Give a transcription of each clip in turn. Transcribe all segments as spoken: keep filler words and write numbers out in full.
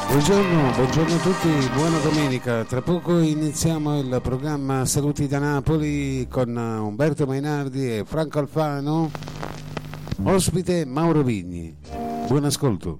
Buongiorno, buongiorno a tutti, buona domenica. Tra poco iniziamo il programma Saluti da Napoli con Umberto Mainardi e Franco Alfano, ospite Mauro Vigni. Buon ascolto.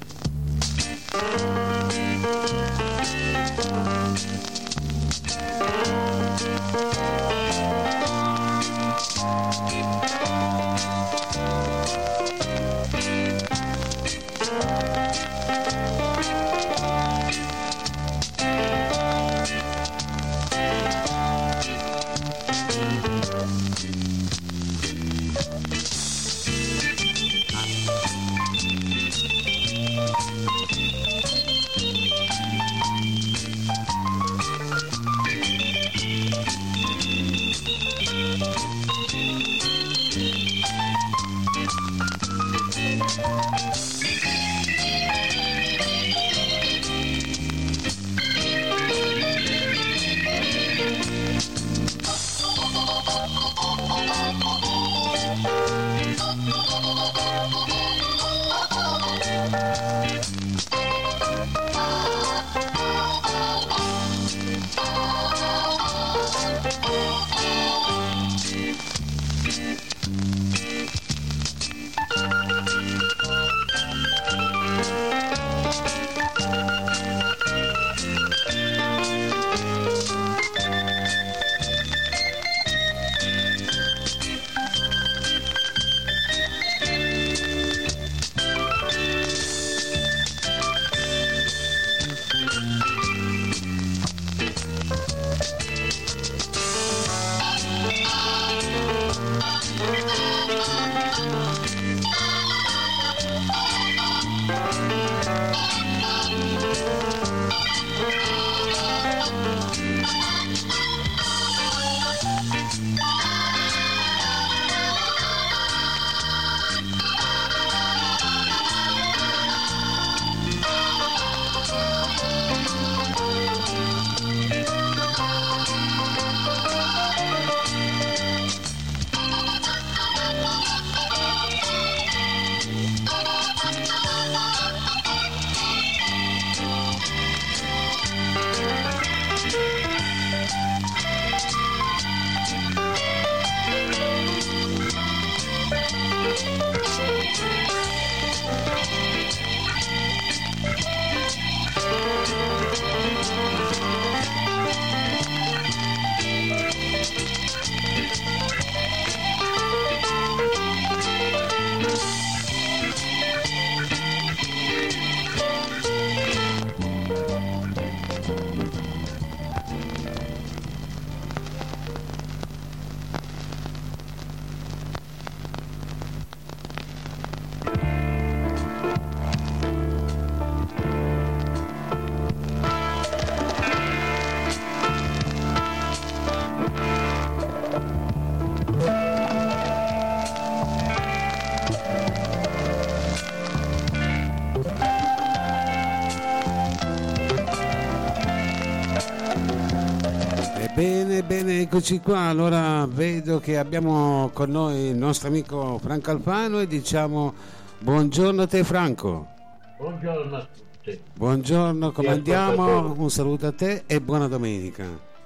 Bene, bene, eccoci qua. Allora vedo che abbiamo con noi il nostro amico Franco Alfano e diciamo buongiorno a te, Franco. Buongiorno a tutti. Buongiorno, come andiamo? Un saluto a te e buona domenica.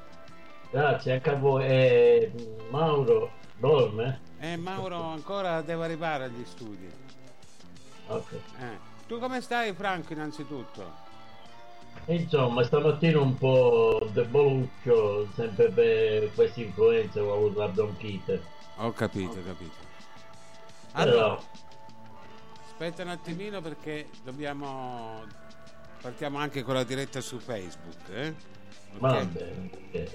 Grazie anche a voi. Eh, Mauro dorme? Eh, Mauro ancora deve arrivare agli studi. Ok. Eh. Tu come stai, Franco, innanzitutto? Insomma, stamattina un po' deboluccio, sempre per questa influenza, ho avuto la bronchite. Ho capito, ho capito. Allora, Però, aspetta un attimino perché dobbiamo... Partiamo anche con la diretta su Facebook, eh? Ok. va bene. Ok.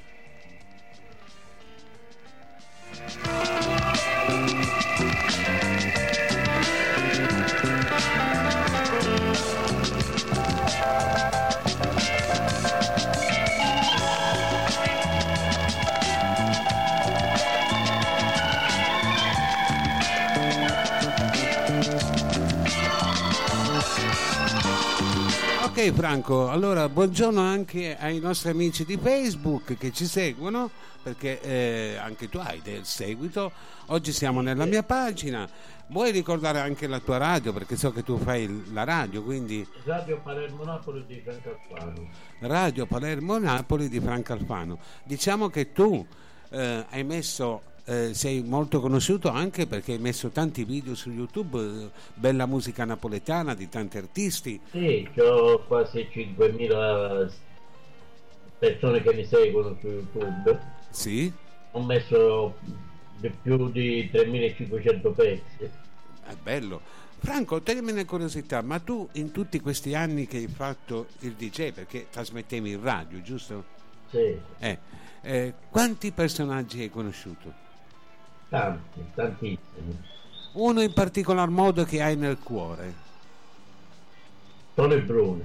Ok, Ok Franco, allora buongiorno anche ai nostri amici di Facebook che ci seguono, perché eh, anche tu hai del seguito. Oggi siamo nella mia pagina. Vuoi ricordare anche la tua radio, perché so che tu fai la radio, quindi Radio Palermo Napoli di Franco Alfano. Radio Palermo Napoli di Franco Alfano. Diciamo che tu eh, hai messo eh, sei molto conosciuto anche perché hai messo tanti video su YouTube, eh, bella musica napoletana di tanti artisti. Sì, ho quasi cinquemila persone che mi seguono su YouTube. Sì. Ho messo di più di tremilacinquecento pezzi. È bello. Franco, toglimi una curiosità, ma tu in tutti questi anni che hai fatto il D J, perché trasmettevi in radio, giusto? Sì. Eh, eh, quanti personaggi hai conosciuto? Tanti, tantissimi. Uno in particolar modo che hai nel cuore? Tony Bruno.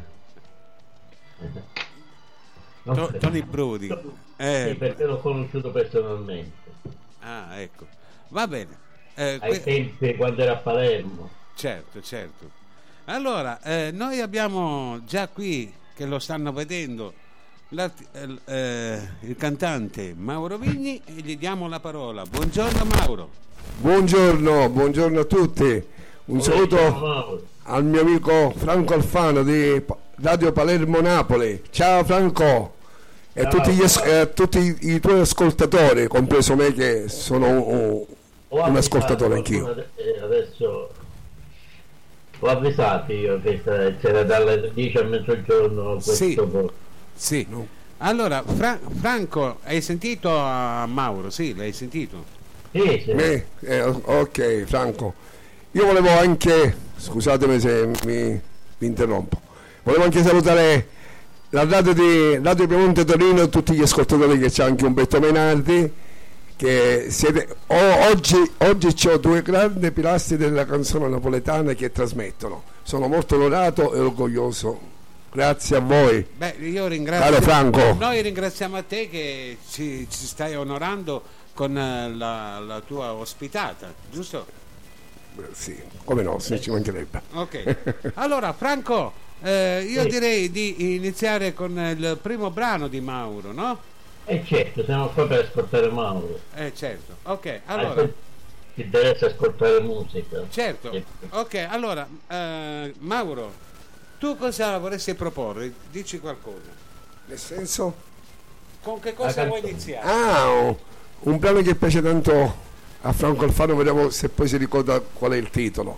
To- Tony Bruni. Eh, sì, perché l'ho conosciuto personalmente. Ah, ecco. Va bene. Eh, Ai que- tempi quando era a Palermo. Certo, certo. Allora, eh, noi abbiamo già qui, che lo stanno vedendo, l'art- eh, eh, il cantante Mauro Vigni, e gli diamo la parola. Buongiorno Mauro. Buongiorno, buongiorno a tutti. Un Oh, saluto ciao, Mauro. al mio amico Franco Alfano di Pa- Radio Palermo Napoli. Ciao Franco. E Ciao. tutti, gli as- eh, tutti i, i tuoi ascoltatori, compreso me che sono un, Ho un avvisato ascoltatore qualcuno anch'io. ade- eh, Adesso ho avvisato io che sta- c'era dalle dieci a mezzogiorno questo Sì. po- Sì. No. Allora, Fra- Franco, hai sentito a Mauro? Sì, l'hai sentito? Sì, sì. Me? Eh, ok Franco. Io volevo anche, scusatemi se mi, mi interrompo, volevo anche salutare la radio di Radio Piemonte Torino e tutti gli ascoltatori, che c'è anche Umberto Mainardi, che siete oh, oggi, oggi c'ho due grandi pilastri della canzone napoletana che trasmettono. Sono molto onorato e orgoglioso. Grazie a voi. Beh, io ringrazio. Caro Franco. Noi ringraziamo a te che ci, ci stai onorando con eh, la, la tua ospitata, giusto? Sì, come no, se ci mancherebbe. Ok. Allora, Franco, eh, io Sì. direi di iniziare con il primo brano di Mauro, no? E certo, siamo qua per ascoltare Mauro. Eh, certo. Ok, Ah, allora. se ti interessa ascoltare musica. Certo. Sì. Ok, allora, eh, Mauro, tu cosa vorresti proporre? Dici qualcosa. Nel senso? Con che La cosa vuoi canzone. iniziare? Ah, un- un brano che piace tanto a Franco Alfano, vediamo se poi si ricorda qual è il titolo.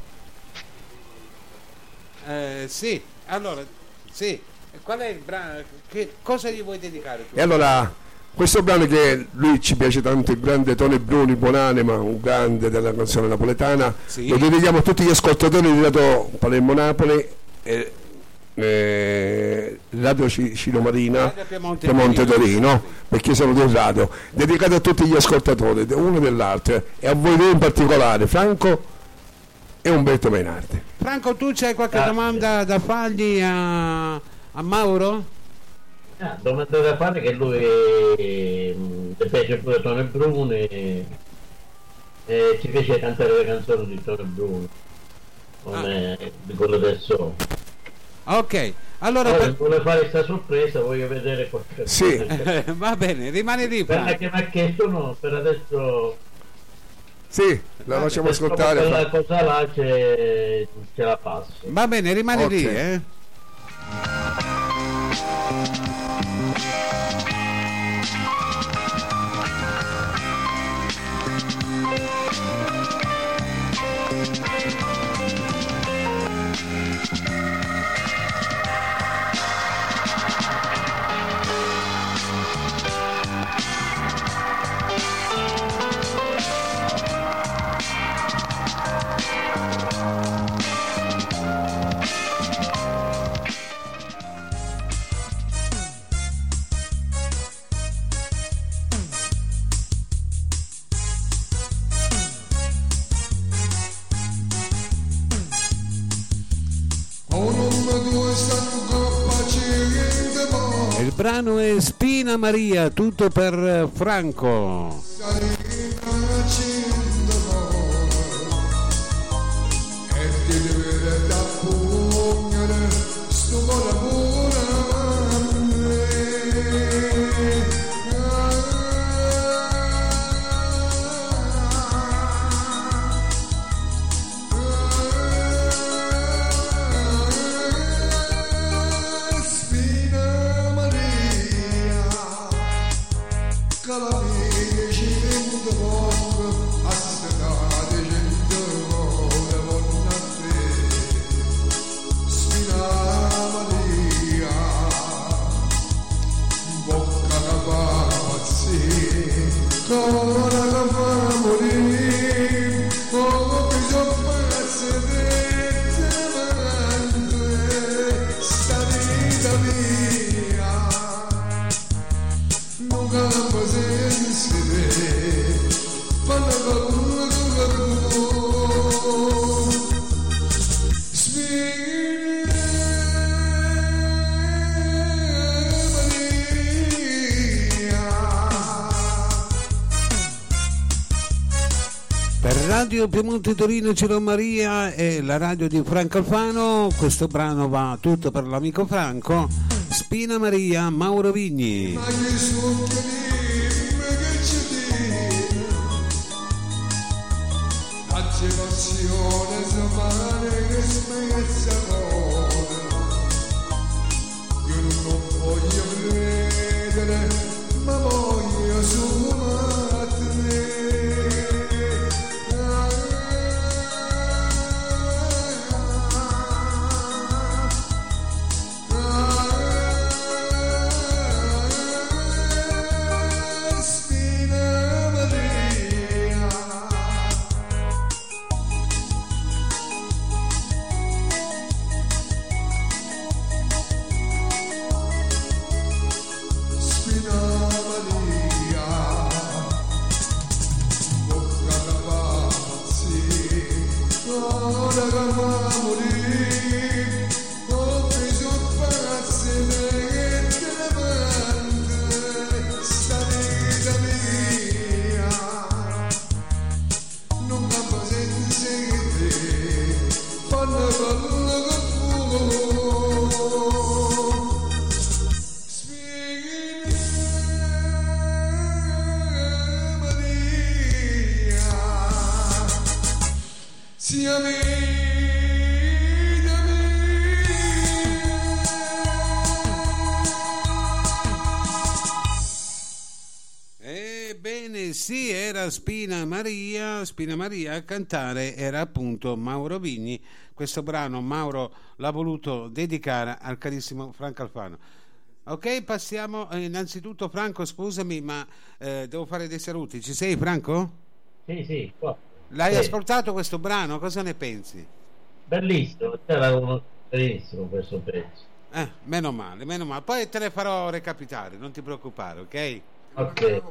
Eh, sì, allora, sì. Qual è il brano? Che cosa gli vuoi dedicare tu? E allora, questo brano che lui ci piace tanto, il grande Tony Bruni, buonanima, un grande della canzone napoletana, Sì. lo dedichiamo a tutti gli ascoltatori di Radio Palermo Napoli e eh, Radio C- Cino Marina, Radio Piemonte Piemonte Torino. Torino, perché sono del radio, dedicato a tutti gli ascoltatori, de- uno dell'altro, e a voi due in particolare, Franco e Umberto Mainardi. Franco, tu c'hai qualche Grazie. domanda da fargli a, a Mauro? Ah, domanda da fare che lui mm, ti piace pure Tony Bruno e, e ci piace cantare le canzoni di Tony Bruno come di quello del sole. Ok, allora Ora per- vuole fare questa sorpresa, voglio vedere qualche Sì. cosa. va bene, rimani lì Quella Franco. che mi ha chiesto no, per adesso Sì, la facciamo se trovo ascoltare. quella Fra- cosa là ce, ce la passo. Va bene, rimani Ok. lì, eh. Il brano è Spina Maria, tutto per Franco. E ti deve da pugnere sto amore Radio Piemonte Torino Ciro Maria e la radio di Franco Alfano. Questo brano va tutto per l'amico Franco. Spina Maria, Mauro Vigni. Io non voglio credere, ma voglio sumartene. Sì, era Spina Maria, Spina Maria, a cantare era appunto Mauro Vigni. Questo brano Mauro l'ha voluto dedicare al carissimo Franco Alfano. Ok, passiamo eh, innanzitutto Franco, scusami, ma eh, devo fare dei saluti. Ci sei, Franco? Sì, sì, qua. L'hai sì. ascoltato questo brano? Cosa ne pensi? Bellissimo, era uno bellissimo questo pezzo. Eh, meno male, meno male. Poi te le farò recapitare, non ti preoccupare, ok? Ok.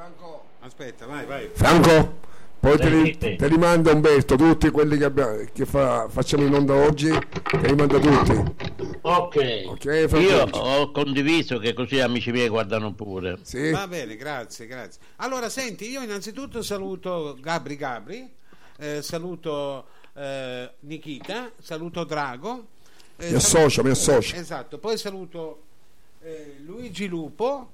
Aspetta, vai, vai. Franco, poi te li, Sì, sì. te li manda Umberto, tutti quelli che, abbiamo, che fa, facciamo in onda oggi, te li manda tutti. Ok, Ok, Franco. io ho condiviso che così amici miei guardano pure. Sì. Va bene, grazie, grazie. Allora, senti, io innanzitutto saluto Gabri Gabri, eh, saluto eh, Nikita, saluto Drago. Eh, Mi associo, mi associo. Esatto, poi saluto eh, Luigi Lupo,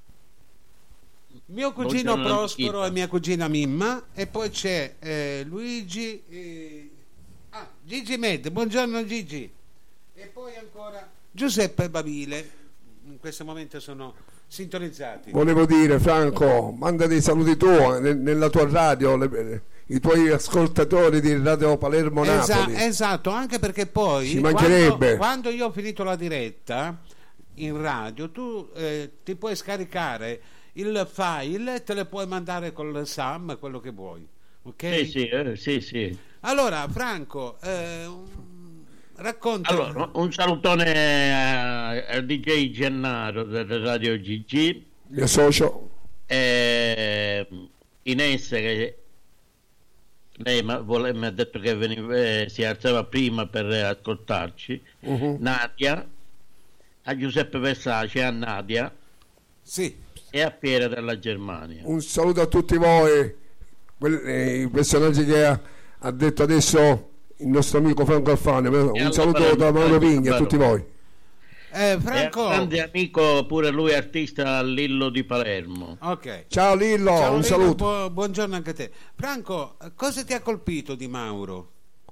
mio cugino Buongiorno, Prospero Nikita. e mia cugina Mimma, e poi c'è eh, Luigi eh, ah, Gigi Med, buongiorno Gigi, e poi ancora Giuseppe Babile. In questo momento sono sintonizzati. Volevo dire, Franco, manda dei saluti tu eh, nella tua radio, le, i tuoi ascoltatori di Radio Palermo Esa- Napoli. esatto, anche perché poi Ci mancherebbe. quando, quando io ho finito la diretta in radio, tu eh, ti puoi scaricare il file, te le puoi mandare col SAM, quello che vuoi, ok? Sì, sì, eh, sì, sì. Allora Franco, eh, racconta. Allora, un salutone al D J Gennaro del Radio G G, Mi associo. e Ines che lei mi ha detto che veniva, eh, si alzava prima per ascoltarci, Uh-huh. Nadia, a Giuseppe Versace, a Nadia Sì, e a Piera della Germania. Un saluto a tutti voi, quelli, eh, i personaggi che ha, ha detto adesso il nostro amico Franco Alfano. Un alla saluto Palermo, da Mauro Vigni a Palermo. tutti voi. eh, È un Franco, grande amico pure lui, artista a Lillo di Palermo. ok. Ciao Lillo, Ciao, un Lino, saluto. bu- buongiorno anche a te. Franco, cosa ti ha colpito di Mauro?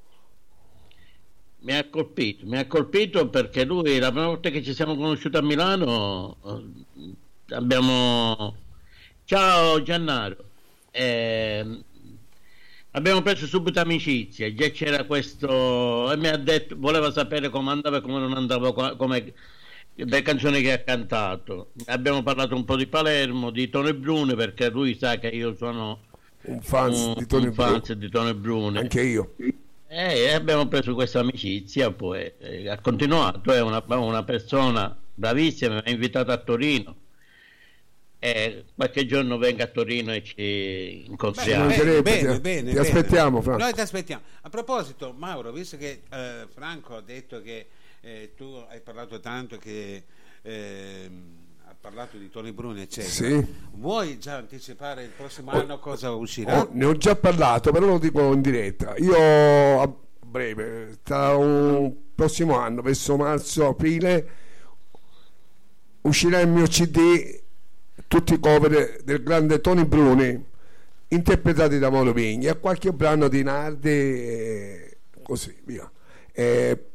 Mi ha colpito, mi ha colpito perché lui, la prima volta che ci siamo conosciuti a Milano, eh, abbiamo, ci Ciao Giannaro. Eh, abbiamo preso subito amicizia, già c'era questo e mi ha detto, voleva sapere come andava e come non andava, come le canzoni che ha cantato. Abbiamo parlato un po' di Palermo, di Tony Bruni, perché lui sa che io sono un fan di Tony Bruni. di Tony Bruni. Anche io. E abbiamo preso questa amicizia, poi eh, ha continuato, è una, una persona bravissima, mi ha invitato a Torino. Eh, qualche giorno venga a Torino e ci incontriamo. Bene, bene, ti, bene, ti bene. aspettiamo, Franco. Noi ti aspettiamo. A proposito, Mauro, visto che eh, Franco ha detto che eh, tu hai parlato tanto, che eh, ha parlato di Tony Bruni, eccetera. Sì. Vuoi già anticipare il prossimo Oh, anno cosa uscirà? Oh, ne ho già parlato, però lo dico in diretta. Io a breve, tra un prossimo anno, verso marzo, aprile, uscirà il mio C D, tutti i cover del grande Tony Bruni, interpretati da Mauro Vigni, e qualche brano di Nardi e così via. E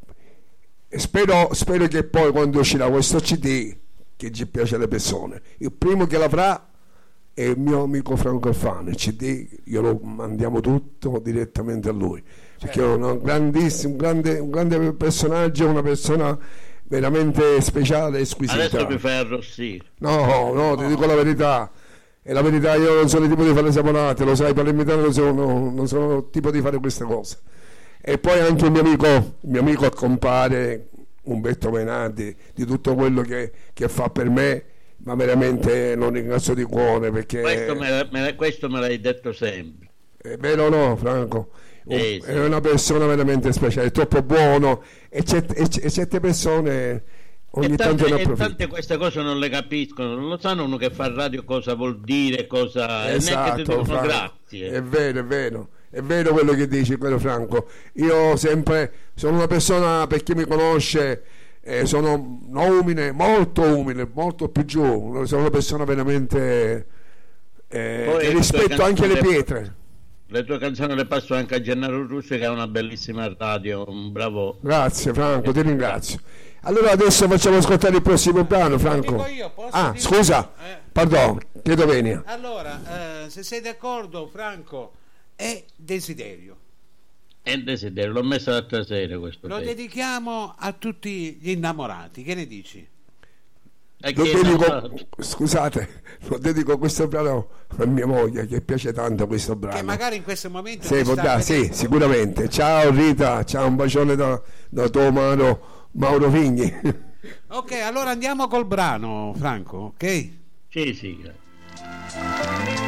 spero, spero che poi quando uscirà questo C D che ci piace alle persone, il primo che l'avrà è il mio amico Franco Alfano. Il C D glielo mandiamo tutto direttamente a lui, perché è un grandissimo, un grande, un grande personaggio, una persona veramente speciale e squisita. Adesso mi fai arrossire. No, no, ti dico la verità. E la verità, io non sono il tipo di fare le saponate, lo sai, i palermitani non sono, non sono il tipo di fare queste cose. E poi anche il mio amico, il mio amico compare Umberto Mainardi, di tutto quello che, che fa per me, ma veramente non ringrazio di cuore, perché questo me, me, questo me l'hai detto sempre. È vero o no, Franco? Eh, è sì. una persona veramente speciale, è troppo buono, e, cert- e, c- e certe persone ogni e tanto tante, ne e approfittano. tante queste cose non le capiscono, non lo sanno uno che fa radio cosa vuol dire, cosa Esatto, neanche ti dicono Franco. grazie. È vero, è vero, è vero quello che dici, quello Franco. Io sempre sono una persona, per chi mi conosce, eh, sono umile, molto umile, molto più giù, sono una persona veramente eh, Poi che le rispetto tue anche le canzoni- pietre. Le tue canzoni le passo anche a Gennaro Russo, che ha una bellissima radio, un bravo. Grazie Franco, ti ringrazio. Allora adesso facciamo ascoltare il prossimo brano, Franco. Dico io, posso Ah, dire- scusa, Eh. pardon, chiedo venia. Allora, eh, se sei d'accordo, Franco, è Desiderio. È un desiderio, l'ho messo l'altra sera questo Lo testo. dedichiamo a tutti gli innamorati, che ne dici? E Lo chi è dedico, innamorato? scusate, lo dedico questo brano a mia moglie, che piace tanto questo brano. Che magari in questo momento Sì, ti può sta dare, sì, vedendo. sicuramente. Ciao Rita, ciao, un bacione da, da tuo Mauro, Mauro Vigni. Ok, allora andiamo col brano, Franco, ok? Sì, sì, grazie.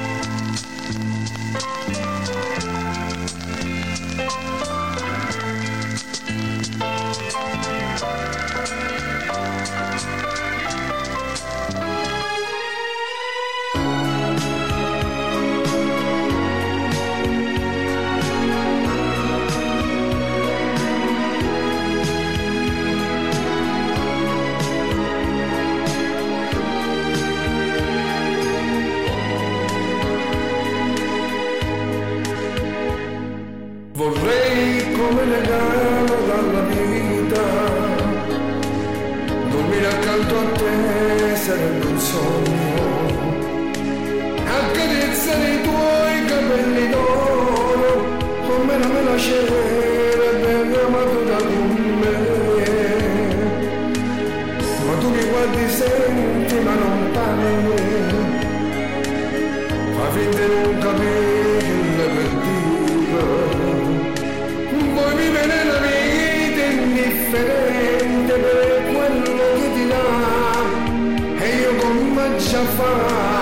Vorrei come regalo dalla vita dormire accanto a te, sarebbe un sogno, accarezzare i tuoi capelli d'oro come la mela cera ben amato da me. Ma tu mi guardi, senti ma non parli, fa finta di non capire per dire. Vuoi vivere la vita indifferente per quello che ti dà, e io come già fa,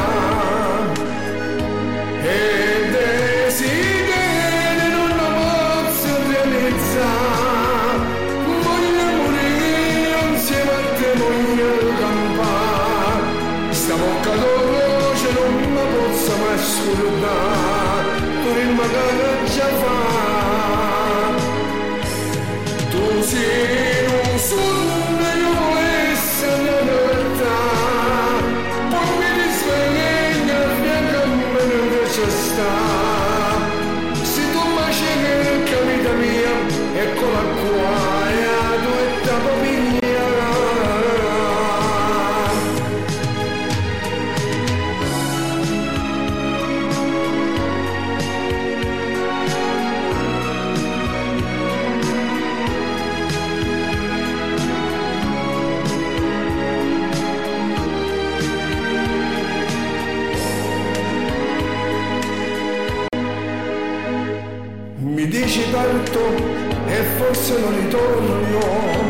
e desideri non lo posso realizzare, voglio morire insieme a te, voglio campare, sta bocca dolce non mi posso mai scordare, per il magari già fa. Tu sei un sogno, io volessi la realtà, poi mi risveglia, fianco a me non c'è sta. Se tu mi cerca, vita mia, eccola qua, e a due tapo mia. dici parto e forse non ritorno,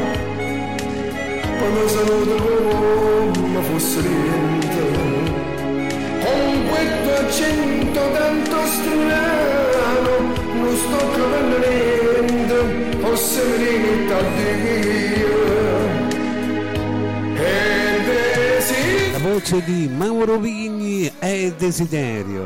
poi mi saluto come fosse niente, con questo accento tanto strano, non sto capendo niente, forse mi limita a dire. E desiderio. La voce di Mauro Vigni è Desiderio.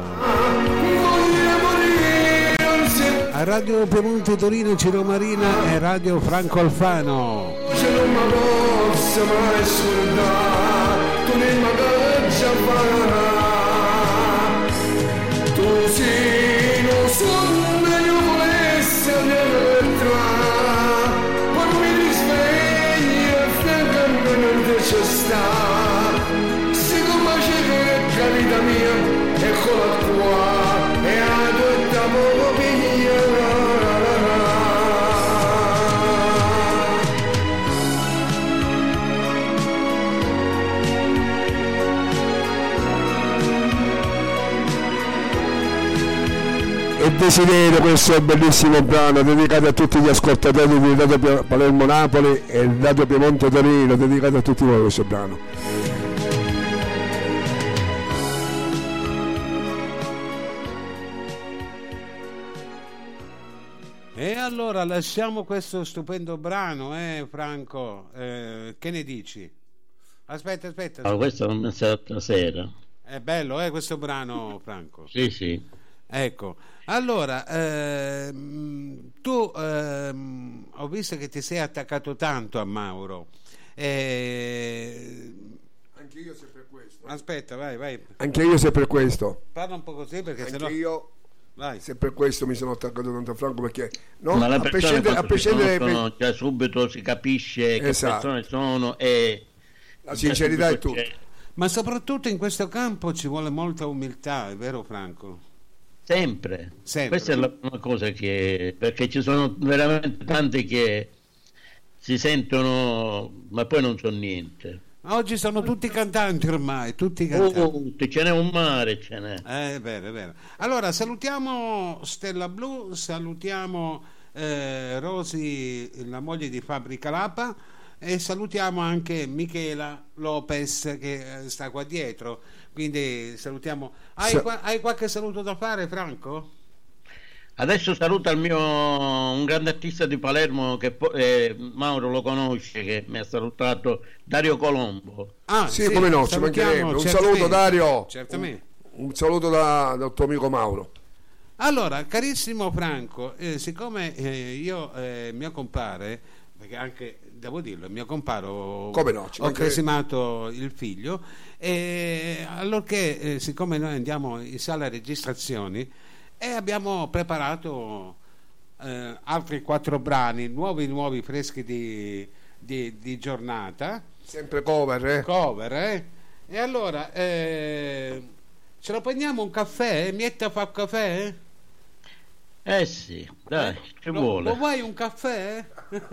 A Radio Piemonte Torino Ciro Marina e Radio Franco Alfano. Se non mi posso mai scordare, tu ne magaggia farà. Tu sei lo sogno io volessi addirittura, poi mi risvegli e francamente c'è sta. Siccome c'è che vita mia, eccola qua, e a tutta mia. E Desiderio, questo è un bellissimo brano dedicato a tutti gli ascoltatori di Radio Palermo Napoli e Radio Piemonte Torino, dedicato a tutti voi questo brano. E allora lasciamo questo stupendo brano, eh Franco, eh, che ne dici? Aspetta, aspetta. Allora, questo l'ho messo l'altra sera. È bello, eh, questo brano, Franco? Sì, sì. Ecco, allora, ehm, tu ehm, ho visto che ti sei attaccato tanto a Mauro. Eh, Anche io se per questo. aspetta, vai, vai. Anche io se per questo. Parla un po' così perché Anche sennò... io Vai. se per questo mi sono attaccato tanto a Franco, perché no, Ma le a persone prescindere, a quando si prescindere conoscono, già subito si capisce che Esatto. persone sono e la sincerità è già subito tutto. c'è. Ma soprattutto in questo campo ci vuole molta umiltà, è vero Franco? Sempre. Sempre. Questa è la prima cosa che, perché ci sono veramente tanti che si sentono ma poi non so niente. Oggi sono tutti cantanti ormai, tutti cantanti. Oh, ce n'è un mare, ce n'è. Eh, è vero, è vero. Allora, salutiamo Stella Blu, salutiamo eh, Rosi, la moglie di Fabri Calapa, e salutiamo anche Michela Lopez che eh, sta qua dietro. Quindi salutiamo. Hai, Sa- qua- hai qualche saluto da fare, Franco? Adesso saluta il mio un grande artista di Palermo che po- eh, Mauro lo conosce, che mi ha salutato, Dario Colombo. Ah, Sì, come no, ci salutiamo, mancherebbe. Un certamente, saluto Dario. Certamente. Un, un saluto da- dal tuo amico Mauro. Allora, carissimo Franco, eh, siccome eh, io eh, mio compare, perché anche devo dirlo, mio comparo Come no, ci ho mancherebbe. cresimato il figlio, e allorché eh, siccome noi andiamo in sala registrazioni e abbiamo preparato eh, altri quattro brani, nuovi nuovi freschi di, di, di giornata, Sempre cover, eh? cover, eh? E allora eh, ce lo prendiamo un caffè? Mietta fa un caffè? Eh sì, dai, ci Lo- vuole. Lo vuoi un caffè?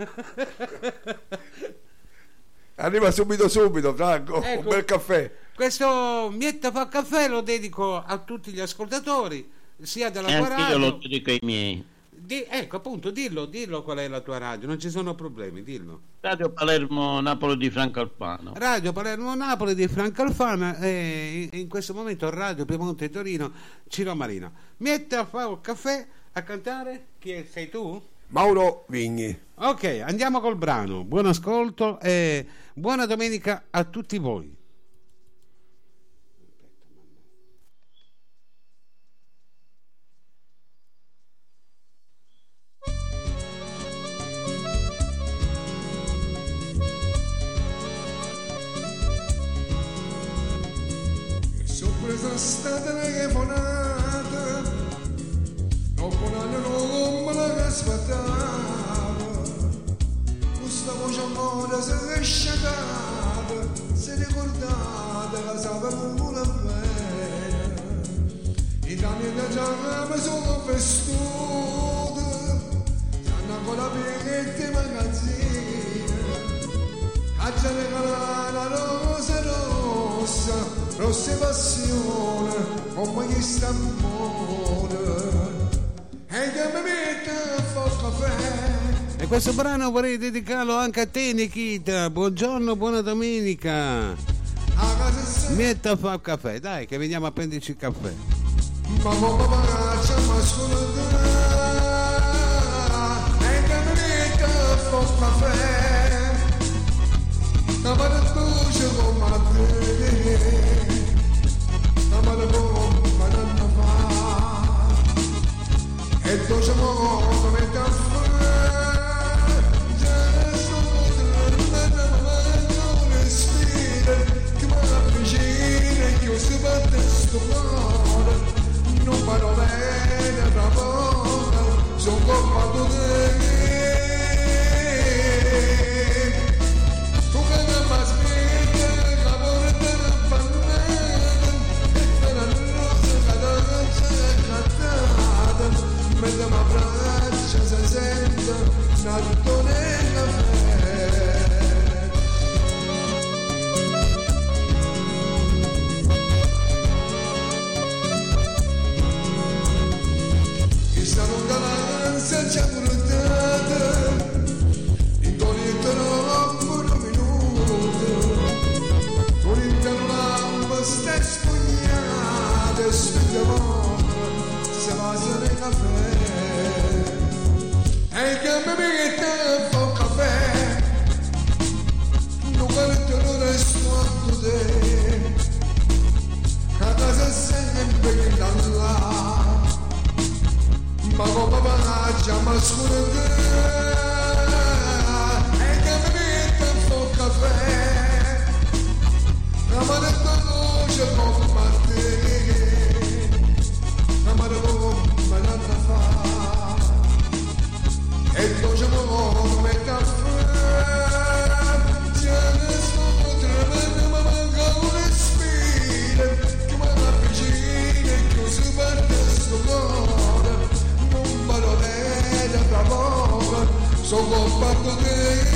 Arriva subito subito, Franco. Ecco. Un bel caffè. Questo Mietta fa caffè lo dedico a tutti gli ascoltatori, sia della E tua anche io radio. lo dico ai miei. Di- ecco appunto, dillo, dillo qual è la tua radio, non ci sono problemi, dillo. Radio Palermo Napoli di Franco Alfano. Radio Palermo Napoli di Franco Alfano e in questo momento Radio Piemonte Torino Ciro Marina. Mietta fa un caffè a cantare? Chi è? Sei tu? Mauro Vigni. Ok, andiamo col brano. Buon ascolto e buona domenica a tutti voi. Sorpresa stata telefonata, dopo un anno non me la aspettava, questa voce amore si è sciacata, si è ricordata che sapeva la bene, i danni da già mi sono vestuti, stanno ancora pieni di magazzini, a già regalare la rosa rossa, rossa passione, come gli sta amore, e che mi mette E questo brano vorrei dedicarlo anche a te, Nikita. Buongiorno, buona domenica. Mietta fa il caffè, dai che veniamo a prenderci il caffè. E tu sei come caffè. Non parlo bene tra poco, sono colpato di me. Tu che non mi aspetti, la porta non fa niente, e per la rosa che la rosa è cantata, mentre mi abbraccia si sente nato nella fede. Questa lontananza ci ha portata intorno dopo un minuto, intorno all'acqua sta spugnata e spingiamo se basa nel caffè e che mi mette a fare un caffè non guardo non resto a te a casa sempre che là. Ma come va già scura e che mi mette a fare un caffè la mano e conosce come te la mano come non fa e tu c'è come caffè già ne sto tremendo ma manca un respiro che mi avvicina e che si parte sto cuore non parlo bene tra poco sono colpato di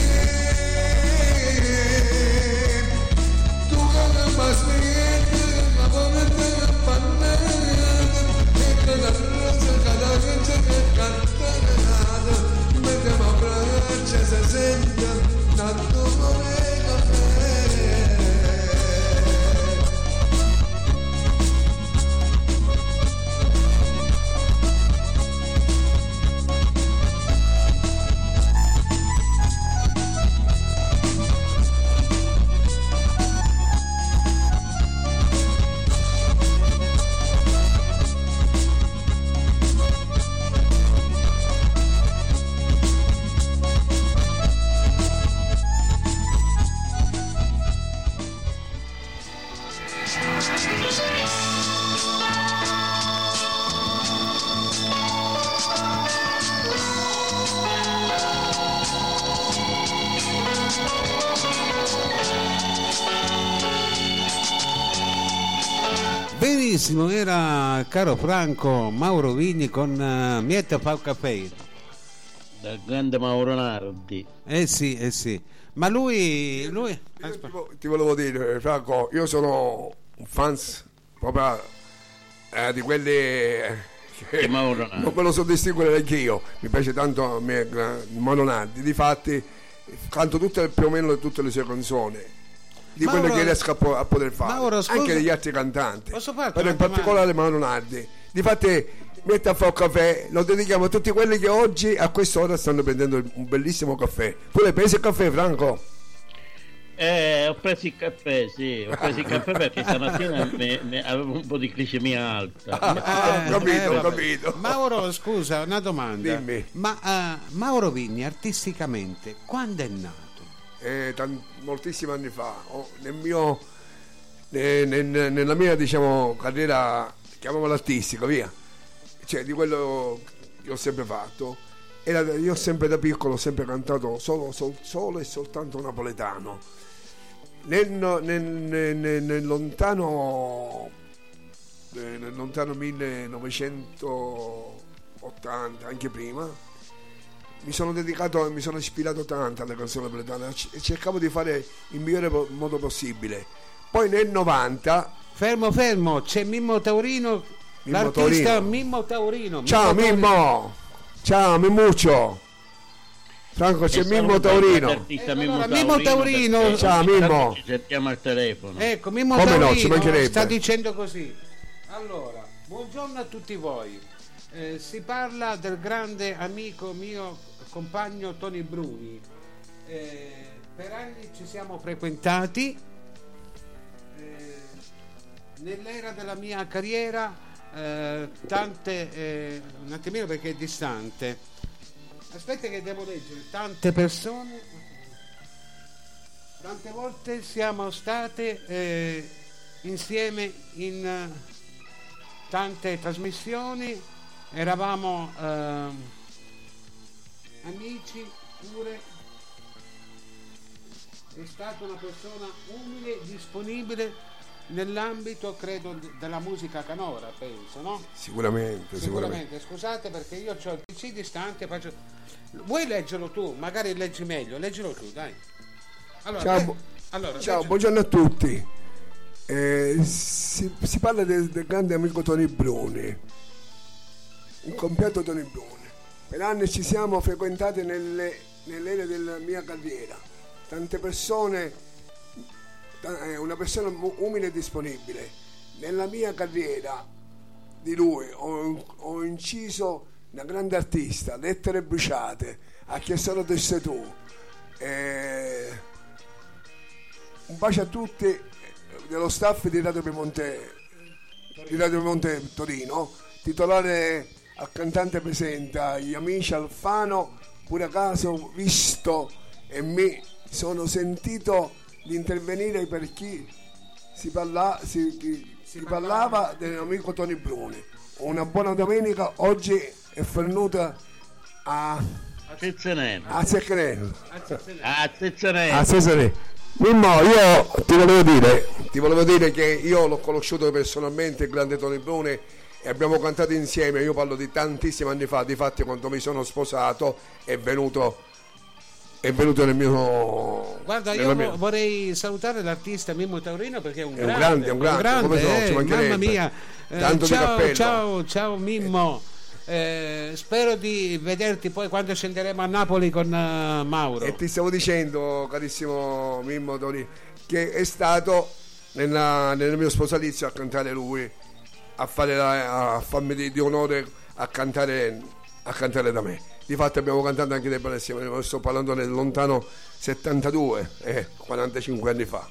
tu che non mi aspetti la porta non fa niente e che la rosa che la gente che canta nata mentre mi abbraccia si sente tanto come caffè. Benissimo, era caro Franco Mauro Vigni con uh, Mietta fa il caffè. Dal grande Mauro Nardi. Eh sì, eh sì. Ma lui, lui... Io ti, vo- ti volevo dire, Franco, io sono un fans proprio eh, di quelli eh, che non me lo so distinguere neanche io. Mi piace tanto me, Mauro Nardi. Difatti canto tutte, più o meno tutte le sue canzoni, di Mauro, quelle che riesco a, po- a poter fare, Mauro, scusa, anche degli altri cantanti, però in particolare ma... Mauro Nardi. Difatti Mietta a fare un caffè lo dedichiamo a tutti quelli che oggi a quest'ora stanno prendendo un bellissimo caffè. Tu l'hai preso il caffè, Franco? Eh, ho preso il caffè, sì, ho preso il caffè perché stamattina me, me avevo un po' di glicemia alta. Ah, ho capito, eh, ho capito. Mauro, scusa, una domanda. Dimmi. Ma uh, Mauro Vigni artisticamente quando è nato? Eh, tant- moltissimi anni fa, oh, nel mio, ne, ne, nella mia diciamo carriera, chiamiamola artistica, via, cioè di quello che ho sempre fatto, era, io ho sempre da piccolo ho sempre cantato solo, sol, solo e soltanto napoletano. Nel, nel, nel, nel, nel lontano eh, nel lontano millenovecentottanta, anche prima, mi sono dedicato, mi sono ispirato tanto alle canzoni napoletane e cercavo di fare il migliore po- modo possibile. Poi nel novanta, fermo fermo, c'è Mimmo Taurino, Mimmo l'artista Taurino. Mimmo Taurino. Ciao Mimmo Mimmo, Ciao Mimmuccio. Franco, c'è Mimmo Taurino. Artista, Eh, Mimmo allora, Mimmo Taurino, Taurino. Ciao, ogni tanto Mimmo. ci sentiamo al telefono. Ecco, Mimmo Come no, ci Taurino mancherebbe. sta dicendo così. Allora, buongiorno a tutti voi. Eh, si parla del grande amico mio compagno Tony Bruni. Eh, per anni ci siamo frequentati. Eh, nell'era della mia carriera, eh, tante, eh, un attimino perché è distante. Aspetta che devo leggere. Tante persone, tante volte siamo state eh, insieme in eh, tante trasmissioni, eravamo eh, amici pure. È stata una persona umile, disponibile nell'ambito, credo, d- della musica canora, penso, no? Sicuramente, sicuramente. Sicuramente, scusate perché io ho il P C distante, faccio... Vuoi leggerlo tu? Magari leggi meglio, leggilo tu, dai. Allora, Ciao, eh, bu- allora, ciao, leggi- buongiorno a tutti. Eh, si, si parla del, del grande amico Tony Bruni, un compianto Tony Bruni. Per anni ci siamo frequentati nelle, nell'era della mia carriera. Tante persone, ta- una persona mu- umile e disponibile. Nella mia carriera di lui ho, ho inciso una grande artista, Lettere bruciate, A che solo sei tu. Eh, un bacio a tutti eh, dello staff di Radio Piemonte, di Radio Piemonte Torino, titolare al cantante presente, agli amici Alfano, pure a caso visto e mi sono sentito di intervenire per chi si, parla, si, chi, si parlava dell'amico Tony Bruni. Una buona domenica, oggi è venuta a A Cezzanello. a Secrenello. A Cezzanello. A Cesare. Mimmo, io ti volevo dire, ti volevo dire che io l'ho conosciuto personalmente, il grande Tony Bruni, e abbiamo cantato insieme. Io parlo di tantissimi anni fa, difatti quando mi sono sposato è venuto è venuto nel mio Guarda, nella io mia- vo- vorrei salutare l'artista Mimmo Taurino perché è un È un grande, grande, un grande, come no, eh, ci mancherebbe. mamma mia. Eh, Tanto di ciao, cappello. ciao, ciao Mimmo. Eh, spero di vederti poi quando scenderemo a Napoli con eh, Mauro. E ti stavo dicendo, carissimo Mimmo Tony, che è stato nella- nel mio sposalizio a cantare lui, a, fare la- a farmi di, di onore a cantare, a cantare da me. Difatti abbiamo cantato anche dei balli assieme, sto parlando del lontano settantadue, eh, quarantacinque anni fa.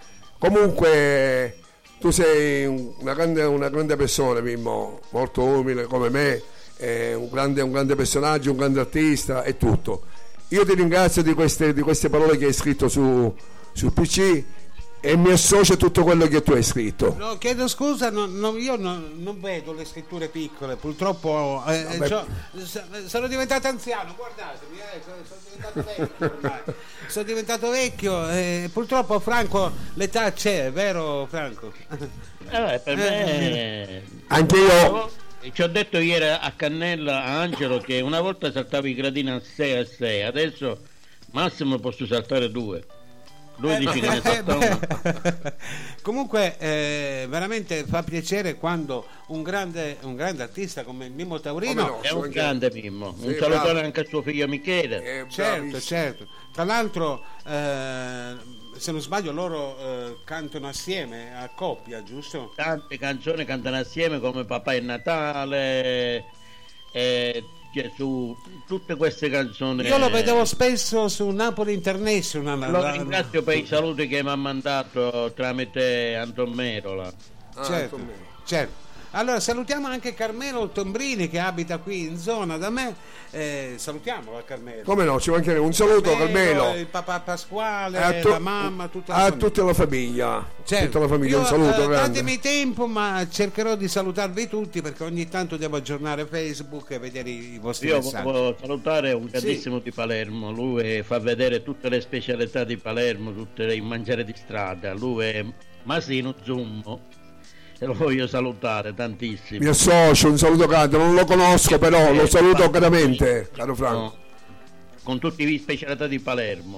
Comunque tu sei un- una grande, una grande persona, Mimmo, molto umile come me, eh, un, grande, un grande personaggio, un grande artista e tutto. Io ti ringrazio di queste, di queste parole che hai scritto su, sul P C e mi associo a tutto quello che tu hai scritto. No, chiedo scusa, no- no, io no- non vedo le scritture piccole, purtroppo eh, Vabbè. c'ho- s- sono diventato anziano, guardatemi, eh, sono, sono diventato vecchio ormai. Sono diventato vecchio e purtroppo Franco l'età c'è, vero Franco? Eh, per me Anche io, E ci ho detto ieri a Cannella, a Angelo, che una volta saltavo i gradini a sei a sei, adesso massimo posso saltare due. Lui Eh, dice che ne eh, salta uno. beh. Comunque eh, veramente fa piacere quando un grande, un grande artista come Mimmo Taurino, Come no? È un grande Mimmo. Sì, Un salutone bravo. anche a suo figlio Michele. eh, certo, bravissimo. certo. Tra l'altro eh, se non sbaglio loro eh, cantano assieme a coppia, giusto? Tante canzoni cantano assieme come Papà è Natale, eh, Gesù, tutte queste canzoni. Io lo vedevo spesso su Napoli International. Lo la- ringrazio per i saluti che mi ha mandato tramite Anton Merola. Ah, certo, come- certo. Allora salutiamo anche Carmelo Tombrini che abita qui in zona da me. Eh, salutiamolo a Carmelo. Come no, ci mancherebbe un saluto Carmelo, il papà Pasquale, E a tu- la mamma, tutta la a famiglia. tutta la famiglia, Certo. tutta la famiglia, Io, un saluto eh, grande. datemi tempo, ma cercherò di salutarvi tutti perché ogni tanto devo aggiornare Facebook e vedere i vostri Io messaggi. volevo salutare un grandissimo di Palermo, lui fa vedere tutte le specialità di Palermo, tutte le mangiare di strada, lui è Masino Zummo e lo voglio salutare tantissimo. Mi associo, un saluto grande, non lo conosco però, lo Eh, saluto infatti, caramente, caro Franco. no, con tutte le specialità di Palermo.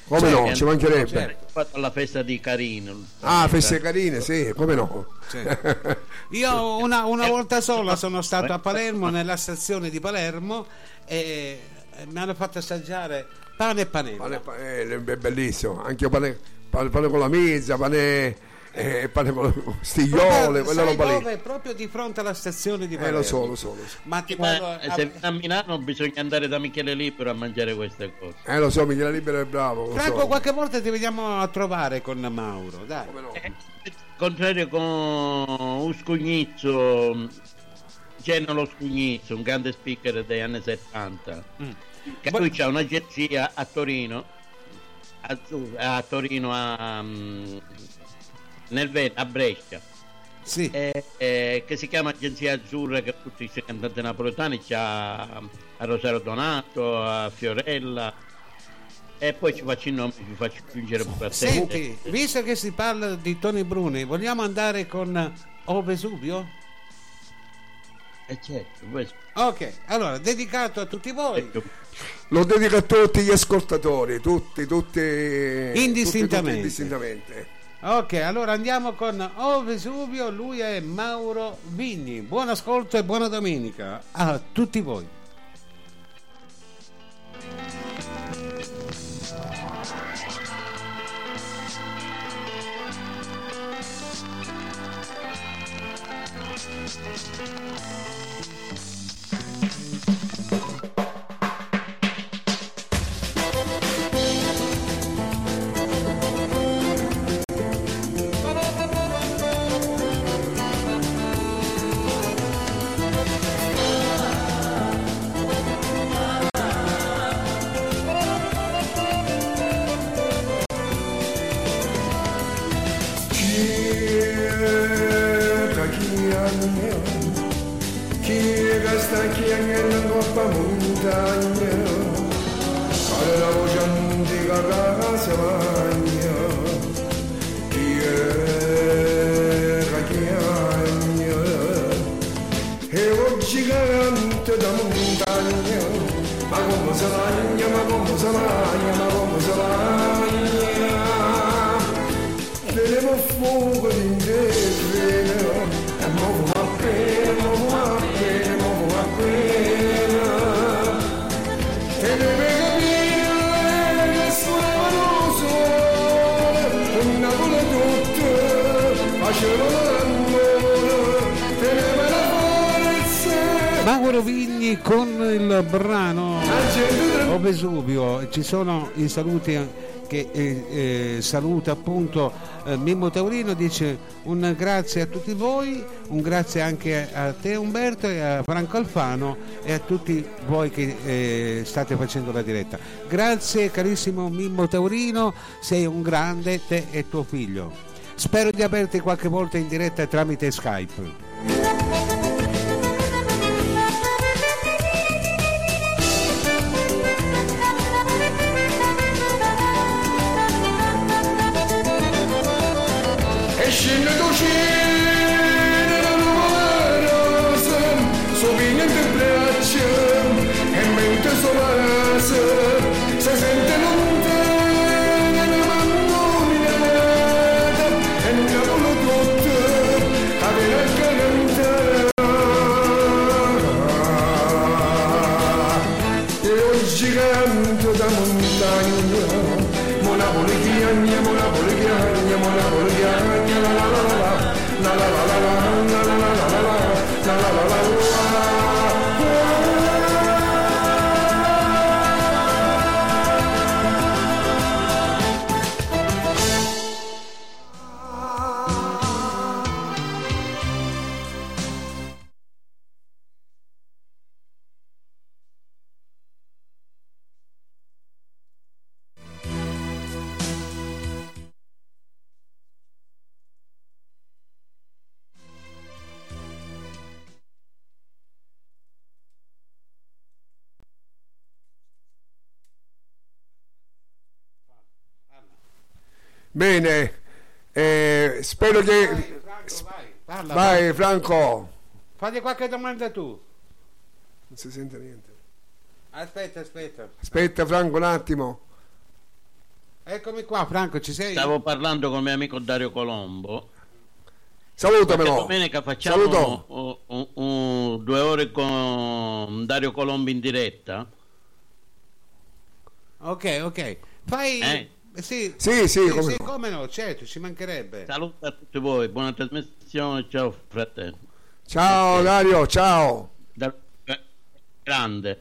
Come Cioè, no, che ci hanno mancherebbe. fatto alla festa di Carino. Ah, feste carine, sì, come no. Sì. Io una, una volta sola sono stato a Palermo, nella stazione di Palermo, e mi hanno fatto assaggiare pane e panella. Pane, pane, è bellissimo, anche pane, pane, pane con la mezza, pane, eh, pane con le stigliole, quella Sai roba lì. dove? Proprio di fronte alla stazione di Eh, Palermo. lo so, lo so, lo so. Ma ti Ma parlo, se viene a Milano bisogna andare da Michele Libero a mangiare queste cose. Eh, lo so, Michele Libero è bravo, lo Franco, so. qualche volta ti vediamo a trovare con Mauro, dai. Come no. Eh, contrario con un scugnizzo, Gennaro Scugnizzo, un grande speaker degli anni settanta, Mm. che Ma- lui c'ha un'agenzia a Torino, a, a Torino a, mm, nel Veneto, a Brescia, Sì. eh, eh, che si chiama Agenzia Azzurra, che tutti i cantanti napoletani c'ha a Rosario Donato, a Fiorella, e poi ci faccio il nome, ci faccio aggiungere pure a te. Senti, visto che si parla di Tony Bruni, vogliamo andare con O Vesuvio? Eh certo, questo. Ok, allora, dedicato a tutti voi, Lo dedico a tutti gli ascoltatori, tutti, tutti Indistintamente. tutti, tutti indistintamente. ok, allora andiamo con O Vesuvio, lui è Mauro Vigni. Buon ascolto e buona domenica a tutti voi. Mauro Vigni con il brano O Vesuvio. Ci sono i saluti che eh, eh, saluta appunto eh, Mimmo Taurino, dice un grazie a tutti voi, un grazie anche a te Umberto e a Franco Alfano e a tutti voi che eh, state facendo la diretta. Grazie carissimo Mimmo Taurino, sei un grande, te e tuo figlio. Spero di averti qualche volta in diretta tramite Skype. E scende cucina la nuova rosa, sopigna in braccia e mentre solasa si sente lontana la mandolinata e ne vuole tutto avere a cantare. E oggi canto da montagna, mo Napoli chiagna, mo Napoli chiagna, mo Napoli chiagna, la la la la la la la la la la la la la la la la la Bene, eh, spero che... Franco, vai, parla, Vai Franco. fagli qualche domanda tu. Non si sente niente. Aspetta, aspetta. Aspetta Franco un attimo. Eccomi qua, Franco, ci sei? Stavo parlando con il mio amico Dario Colombo. Salutamelo. Domenica facciamo un, un, un, due ore con Dario Colombo in diretta. Ok, ok. Fai... Eh? Sì, sì, sì, sì, come, sì no. come no, certo, ci mancherebbe. Saluto a tutti voi, buona trasmissione, ciao fratello. Ciao okay. Dario, ciao. Da, eh, grande.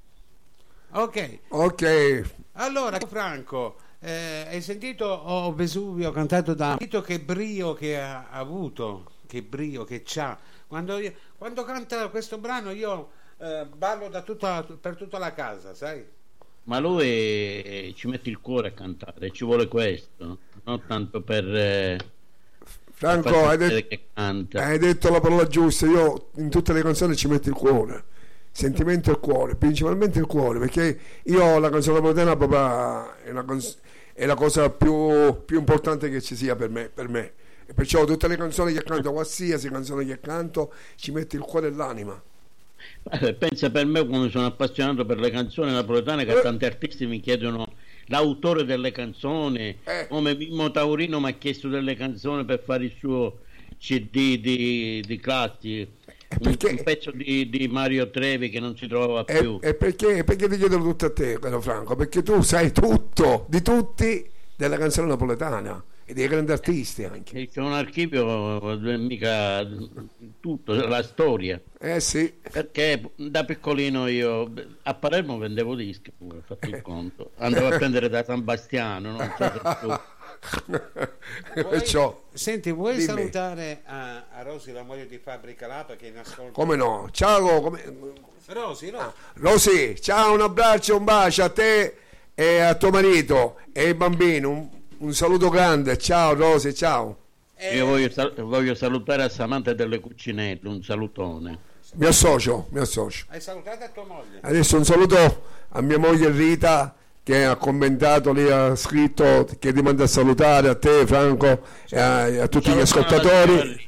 Ok. Ok. Allora, Franco, eh, hai sentito oh, Vesuvio cantato da... Hai sentito che brio che ha avuto, che brio che c'ha. Quando, io, quando canta questo brano io eh, ballo da tutta, per tutta la casa, sai? Ma lui eh, ci mette il cuore a cantare, ci vuole questo, non tanto per... Eh, Franco, per hai, det- che canta. hai detto la parola giusta, io in tutte le canzoni ci metto il cuore, sentimento e il cuore, principalmente il cuore, perché io la canzone napoletana proprio è, una cons- è la cosa più, più importante che ci sia per me, per me. E perciò tutte le canzoni che canto, qualsiasi canzone che canto, ci metto il cuore e l'anima. Pensa per me, come sono appassionato per le canzoni napoletane, che eh. tanti artisti mi chiedono l'autore delle canzoni, eh. come Mimmo Taurino mi ha chiesto delle canzoni per fare il suo C D di, di classi, perché... un, un pezzo di, di Mario Trevi che non si trovava e, più. E perché, perché ti chiedono tutto a te, caro Franco? Perché tu sai tutto di tutti della canzone napoletana e dei grandi artisti anche. C'è un archivio, mica tutto, la storia. Eh sì. Perché da piccolino io a Palermo vendevo dischi, pure, ho fatto il conto. Andavo a prendere da San Bastiano, non so se tu. Vuoi, senti, vuoi dimmi. salutare a, a Rosi, la moglie di Fabbrica Lapa, che è in ascolto? Come no? Ciao, come... Rosi, Rosi. Ah, Rosi, ciao, un abbraccio, un bacio a te e a tuo marito e ai bambini, un, un saluto grande, ciao Rosi, ciao. Eh... Io voglio, sal- voglio salutare a Samantha delle Cucinette, un salutone. Mi associo, mi associo. Hai salutato a tua moglie? Adesso un saluto a mia moglie Rita, che ha commentato lì, ha scritto che ti manda a salutare a te Franco e a, a tutti gli ascoltatori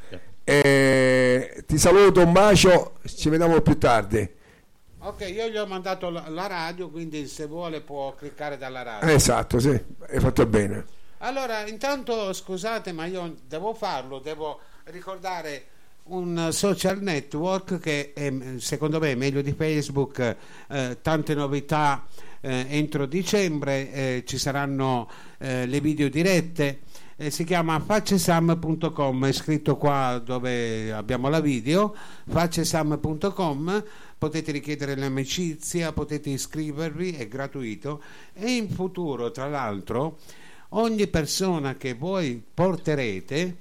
e ti saluto, un bacio, ci vediamo più tardi. Ok, io gli ho mandato la, la radio, quindi se vuole può cliccare dalla radio. Eh, esatto, sì, hai fatto bene. Allora, intanto scusate, ma io devo farlo, devo ricordare un social network che è, secondo me è meglio di Facebook, eh, tante novità. Eh, entro dicembre eh, ci saranno eh, le video dirette, eh, si chiama faccesam punto com, è scritto qua dove abbiamo la video, faccesam punto com, potete richiedere l'amicizia, potete iscrivervi, è gratuito e in futuro tra l'altro ogni persona che voi porterete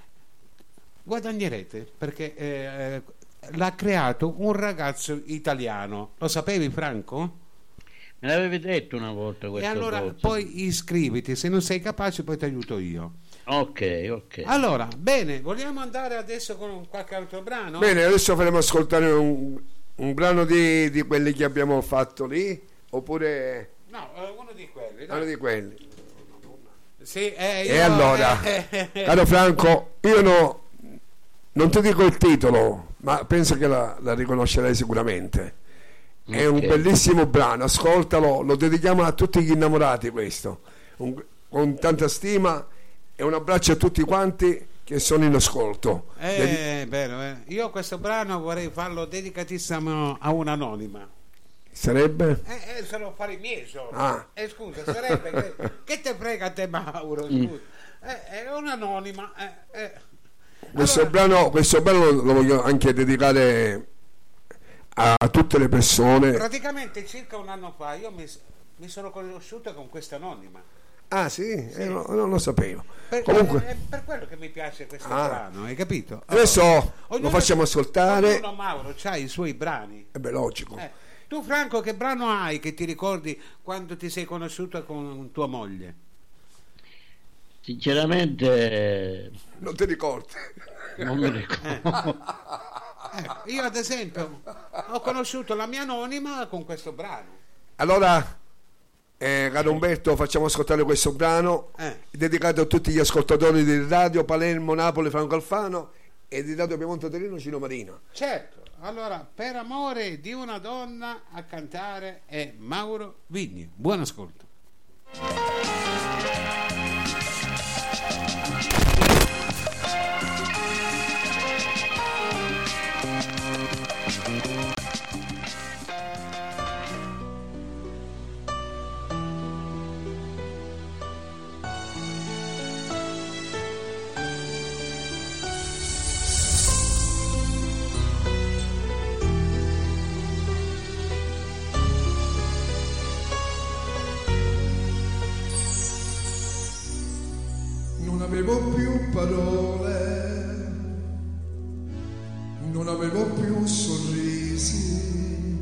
guadagnerete, perché eh, l'ha creato un ragazzo italiano, lo sapevi Franco? Me l'avevi detto una volta questo. E allora cosa. Poi iscriviti, se non sei capace poi ti aiuto io. Ok, ok. Allora, bene, vogliamo andare adesso con qualche altro brano? Bene, adesso faremo ascoltare un, un brano di, di quelli che abbiamo fatto lì, oppure... No, uno di quelli. Uno di quelli. Sì, eh, io, e allora, eh, eh, caro Franco, io no, non ti dico il titolo, ma penso che la, la riconoscerai sicuramente. È un okay. bellissimo brano, ascoltalo, lo dedichiamo a tutti gli innamorati questo, un, con tanta stima e un abbraccio a tutti quanti che sono in ascolto. Eh, Dedi- bello, eh. Io questo brano vorrei farlo dedicatissimo a un'anonima. Sarebbe? Eh, eh, sono affari miei solo. Ah. Eh, scusa, sarebbe che, che te frega a te Mauro, scusa. Mm. Eh, è un'anonima. Eh, eh. Questo, allora... brano, questo brano lo, lo voglio anche dedicare a tutte le persone. Praticamente circa un anno fa io mi, mi sono conosciuto con questa anonima. Ah sì? sì. Eh, no, non lo sapevo. Per, Comunque... è per quello che mi piace questo ah. brano, hai capito? Adesso allora, lo facciamo ascoltare. Ognuno, Mauro, c'ha i suoi brani. Eh beh, logico. Eh. Tu Franco, che brano hai che ti ricordi quando ti sei conosciuto con tua moglie? Sinceramente non ti ricordi? Non mi ricordo. Eh. Eh, io ad esempio ho conosciuto la mia anonima con questo brano. Allora eh, caro Umberto, facciamo ascoltare questo brano eh. dedicato a tutti gli ascoltatori di Radio Palermo, Napoli, Franco Alfano e di Radio Piemonte Torino, Cino Marino. Certo, allora Per amore di una donna a cantare è Mauro Vigni. Buon ascolto. non avevo più sorrisi,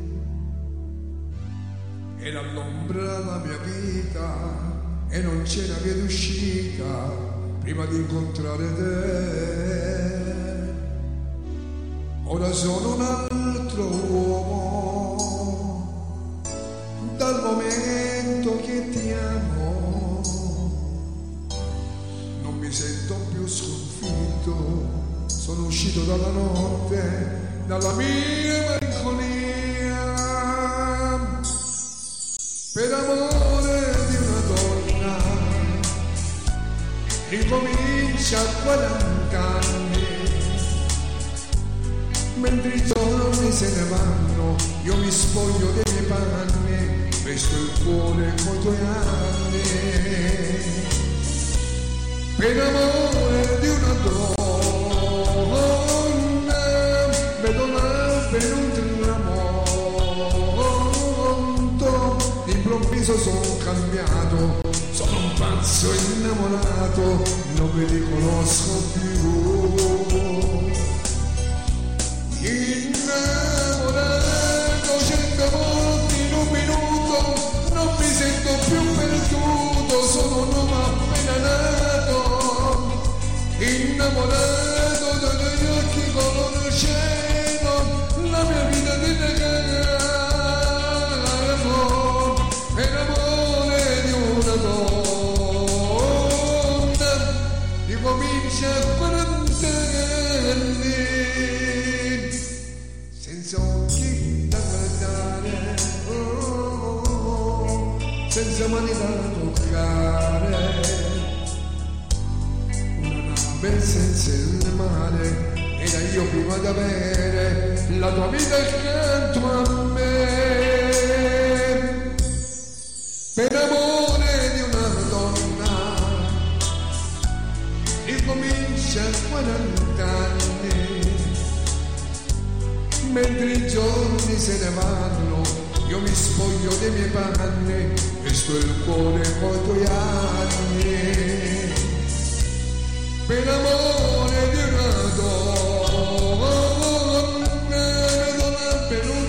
era all'ombra la mia vita e non c'era via d'uscita prima di incontrare te. Ora sono un altro uomo, dal momento che ti amo non mi sento più sconfitto, sono uscito dalla notte, dalla mia malinconia, per amore di una donna ricomincia a quarant'anni. Mentre i giorni se ne vanno, io mi spoglio dei miei panni, resto il cuore coi tuoi anni. Per amore di una donna, vedo l'albero un tramonto, d'improvviso sono cambiato, sono un pazzo innamorato, non mi riconosco più. Innamorato cento volte in un minuto, non mi sento più perduto, sono un uomo appena nato. Innamorato dai tuoi occhi color cielo, la mia vita ti regalo, per amore di una donna, ricomincia a quarant'anni. Senza occhi da guardare, oh, oh, oh, senza mani da toccare, una nave senza il mare, era io prima di avere la tua vita accanto a me. Per amore di una donna ricomincia a quarant'anni. Mentre i giorni se ne vanno, io mi spoglio dei miei panni, resto il cuore coi tuoi anni. Per amore di una donna, vedo l'albero un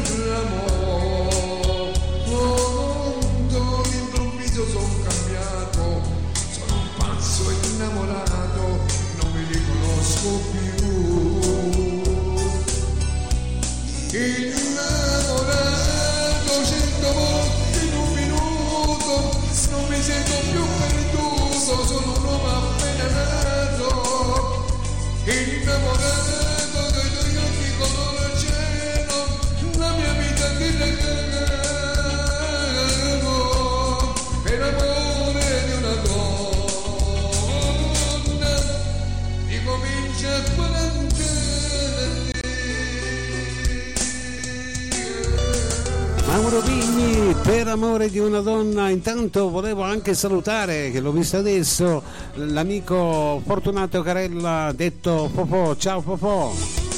tramonto, d'improvviso sono cambiato, sono un pazzo innamorato, non mi riconosco più. Innamorato cento volte in un minuto, non mi sento più perduto, sono un uomo appena nato. Innamorato dei tuoi occhi color cielo, la mia vita ti regalo, per amore di una donna, ricomincia a quarant'anni. Mauro Vigni, per amore di una donna. Intanto volevo anche salutare, che l'ho visto adesso, l'amico Fortunato Carella, detto Popò. Ciao Popò.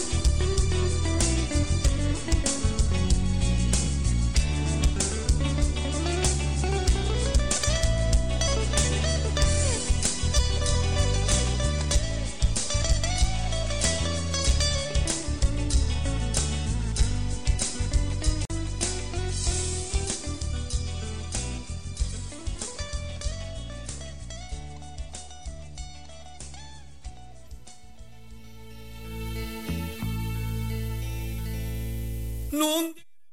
Non...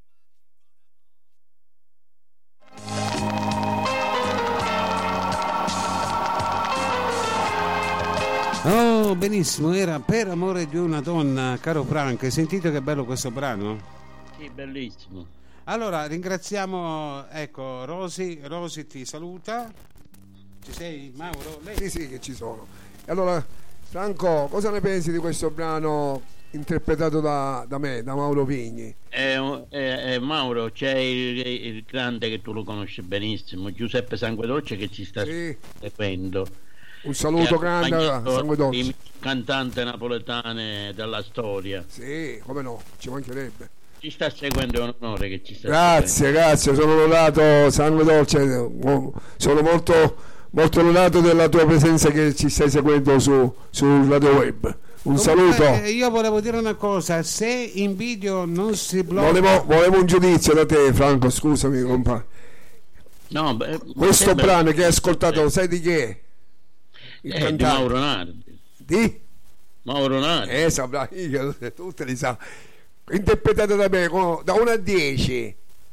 Oh, benissimo, era Per amore di una donna, caro Frank. Hai sentito che bello questo brano? Sì, bellissimo. Allora, ringraziamo, ecco, Rosy, Rosy ti saluta. Ci sei, Mauro? Lei? Sì, sì, che ci sono. E allora, Franco, cosa ne pensi di questo brano interpretato da, da me, da Mauro Vigni? Eh, eh, eh, Mauro, c'è il, il grande che tu lo conosci benissimo, Giuseppe Sanguedolce, che ci sta Sì. seguendo. Un saluto grande a Il Sanguedolce. cantante napoletano della storia. Sì, come no, ci mancherebbe. Ci sta seguendo, è un onore che ci sta Grazie, seguendo. grazie, sono onorato, Sanguedolce, sono molto, molto onorato della tua presenza che ci stai seguendo su, sul radio web. Un Comunque, saluto. eh, io volevo dire una cosa, se in video non si blocca... Volevo, volevo un giudizio da te, Franco, scusami, compagno. No, beh, Questo sembra- brano che hai ascoltato, sai di chi è? Il eh, di cantante. Mauro Nardi. Di? Mauro Nardi. Eh, saprà, io, tutte li sa. Interpretato da me con- da uno a dieci.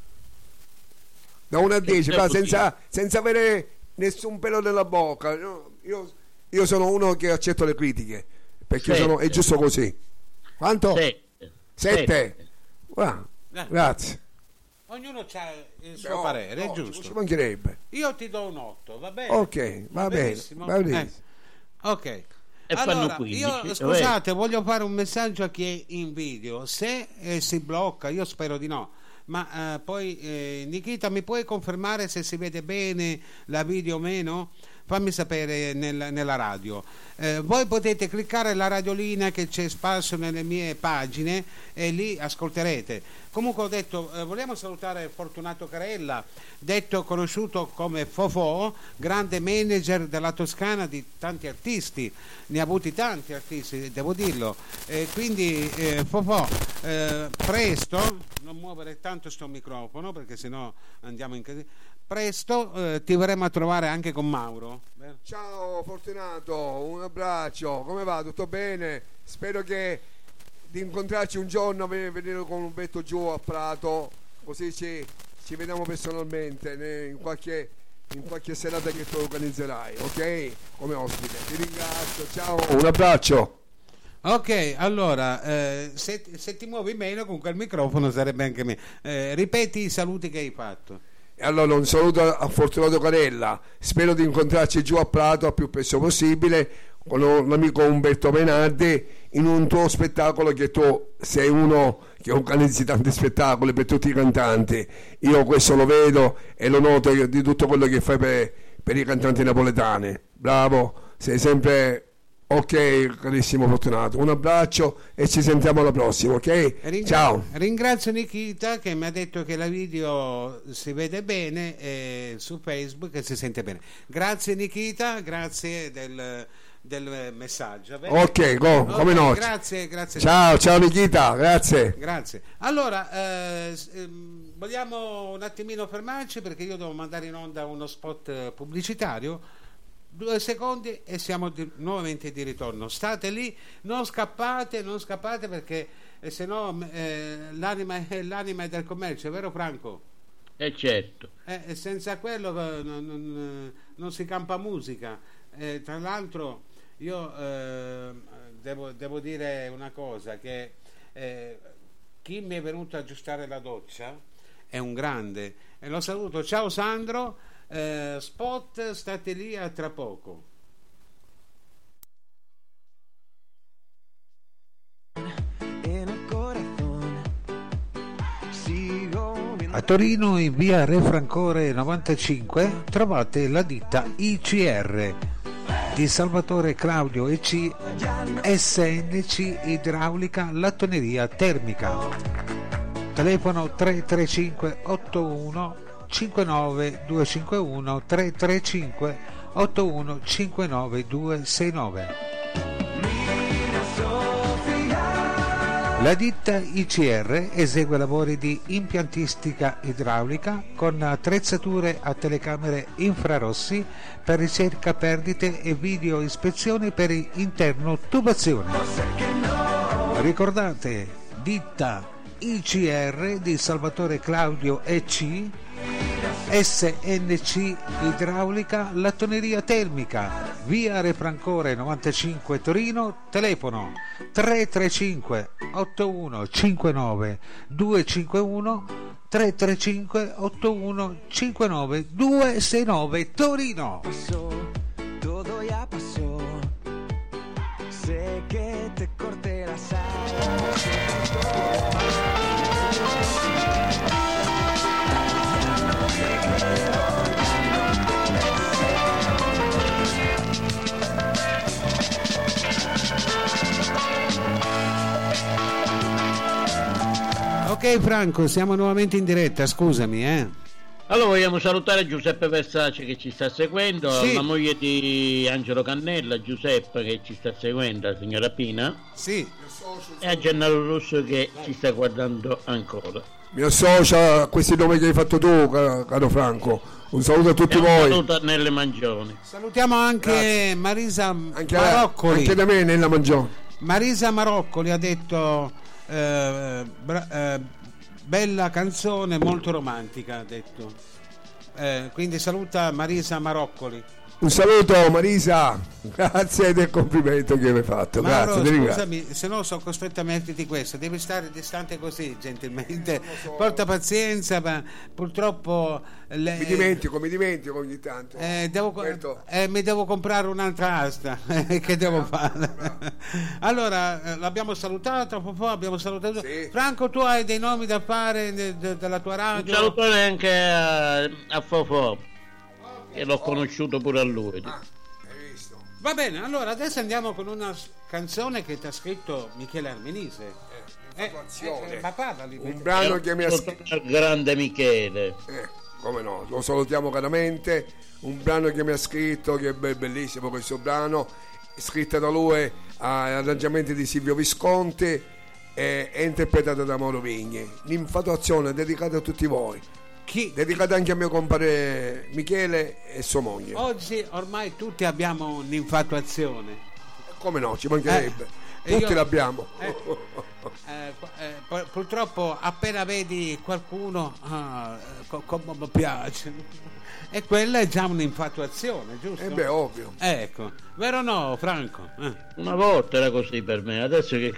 Da uno a dieci, è ma così. senza, senza avere nessun pelo nella bocca. No, Io, io sono uno che accetto le critiche, perché Sette. sono, è giusto così. Quanto? Sette. Sette. Guarda, Eh. grazie. Ognuno ha il suo No, parere, no, è ci giusto. mancherebbe. Io ti do un otto, va bene? Ok, va bene, benissimo. va bene. Eh, ok. E Allora, fanno quindici, io scusate, voglio fare un messaggio a chi è in video. Se eh, si blocca, io spero di no. Ma eh, poi eh, Nikita, mi puoi confermare se si vede bene la video o meno? Fammi sapere nel- nella radio. Eh, voi potete cliccare la radiolina che c'è sparso nelle mie pagine e lì ascolterete. Comunque ho detto, eh, vogliamo salutare Fortunato Carella, detto conosciuto come Fofò, grande manager della Toscana di tanti artisti, ne ha avuti tanti artisti, devo dirlo. E quindi eh, Fofò, eh, presto, non muovere tanto sto microfono perché sennò andiamo in casino. Presto eh, ti verremo a trovare anche con Mauro. Vero? Ciao Fortunato, un abbraccio, come va? Tutto bene? Spero che di incontrarci un giorno, venire, venire con un betto giù a Prato, così ci, ci vediamo personalmente ne- in qualche, in qualche serata che tu organizzerai, ok? Come ospite. Ti ringrazio, ciao. Un abbraccio. Ok, allora, eh, se, se ti muovi meno con quel microfono sarebbe anche me. Eh, ripeti i saluti che hai fatto. E allora un saluto a Fortunato Carella, spero di incontrarci giù a Prato al più presto possibile con l'amico Umberto Menardi in un tuo spettacolo, che tu sei uno che organizzi tanti spettacoli per tutti i cantanti. Io questo lo vedo e lo noto di tutto quello che fai per, per i cantanti napoletani. Bravo, sei sempre ok, carissimo Fortunato. Un abbraccio e ci sentiamo alla prossima, ok? Ringra- Ciao. Ringrazio Nikita che mi ha detto che la video si vede bene eh, su Facebook e si sente bene. Grazie Nikita, grazie del, del messaggio. bene? Ok, go, Ok, come no. Grazie, grazie. Ciao, ciao Nikita, grazie. Grazie. Allora, eh, s- ehm, vogliamo un attimino fermarci perché io devo mandare in onda uno spot eh, pubblicitario. Due secondi e siamo di- nuovamente di ritorno. State lì, non scappate, non scappate perché eh, se no eh, l'anima, è, l'anima è del commercio, è vero Franco? E certo. Eh, e senza quello eh, non, non- non si campa musica. Eh, tra l'altro io eh, devo, devo dire una cosa, che eh, chi mi è venuto a aggiustare la doccia è un grande e lo saluto. Ciao Sandro. Eh, spot, state lì a tra poco. A Torino in via Re Francore novantacinque trovate la ditta I C R di Salvatore Claudio E C, S N C Idraulica Lattoneria Termica. Telefono tre tre cinque otto uno cinque nove due cinque uno tre tre cinque otto uno cinque nove due sei nove. La ditta I C R esegue lavori di impiantistica idraulica con attrezzature a telecamere infrarossi per ricerca perdite e video ispezione per interno tubazione. Ricordate, ditta I C R di Salvatore Claudio E C, S N C Idraulica Lattoneria Termica, via Re Francore novantacinque Torino, telefono tre tre cinque otto uno cinque nove due cinque uno tre tre cinque otto uno cinque nove due sei nove Torino. Pasó, todo ya pasó. Sé que te corté las Ok Franco, siamo nuovamente in diretta, scusami eh. Allora vogliamo salutare Giuseppe Versace che ci sta seguendo, Sì. la moglie di Angelo Cannella, Giuseppe che ci sta seguendo, la signora Pina, Sì. e a Gennaro Russo che ci sta guardando ancora. Mi associo a questi nomi che hai fatto tu, caro, caro Franco. Un saluto a tutti E un voi. saluto a Nelle Mangioni. Salutiamo anche Grazie. Marisa Anche, a- Maroccoli. anche da me nella Mangione. Marisa Maroccoli ha detto eh, bra- eh, bella canzone, molto romantica, ha detto. Eh, quindi saluta Marisa Maroccoli. Un saluto Marisa, grazie del complimento che mi hai fatto. Mauro, Grazie, ti ringrazio. scusami, se no sono costretto a metterti questo, devi stare distante così, gentilmente. Porta pazienza, ma purtroppo le- Mi dimentico, mi dimentico ogni tanto. Eh, devo, Certo. eh, mi devo comprare un'altra asta. Che devo fare? Allora, eh, l'abbiamo salutato, poi abbiamo salutato. Sì. Franco, tu hai dei nomi da fare de- de- della tua Un radio? salutone anche a, a Fofò, che l'ho conosciuto pure a lui. Ah, hai visto? Va bene, allora adesso andiamo con una s- canzone che ti ha scritto Michele Armenise. Eh, Informazione. eh, ma parlali. Un brano che mi ha scritto. Al grande Michele. Eh, come no, lo salutiamo caramente. Un brano che mi ha scritto, che è be- bellissimo questo brano, scritto da lui a arrangiamenti di Silvio Visconti e è interpretato da Mauro Vigni. L'infatuazione dedicata a tutti voi, Chi? dedicata anche a mio compare Michele e sua moglie. Oggi ormai tutti abbiamo un'infatuazione. Come no, ci mancherebbe. Eh, Tutti io- l'abbiamo. Eh, eh, eh, pu- purtroppo appena vedi qualcuno ah, co- come mi piace, e quella è già un'infatuazione, giusto? Eh beh, ovvio. Ecco, vero o no, Franco? Eh. Una volta era così per me, adesso che...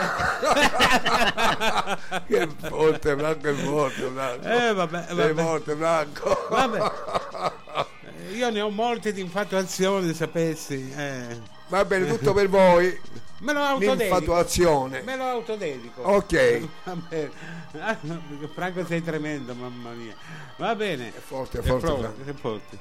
Che forte, Franco, è forte, Franco. Eh, vabbè, Sei vabbè. forte, Franco. Vabbè. Eh, Io ne ho molte di infatuazioni, sapessi. eh. Va bene, tutto per voi. Me lo autodedico. L'infatuazione. Me lo autodedico. Ok. Va bene. Ah, no, Franco sei tremendo, mamma mia. Va bene. È forte, è forte, forte, Franco. è forte.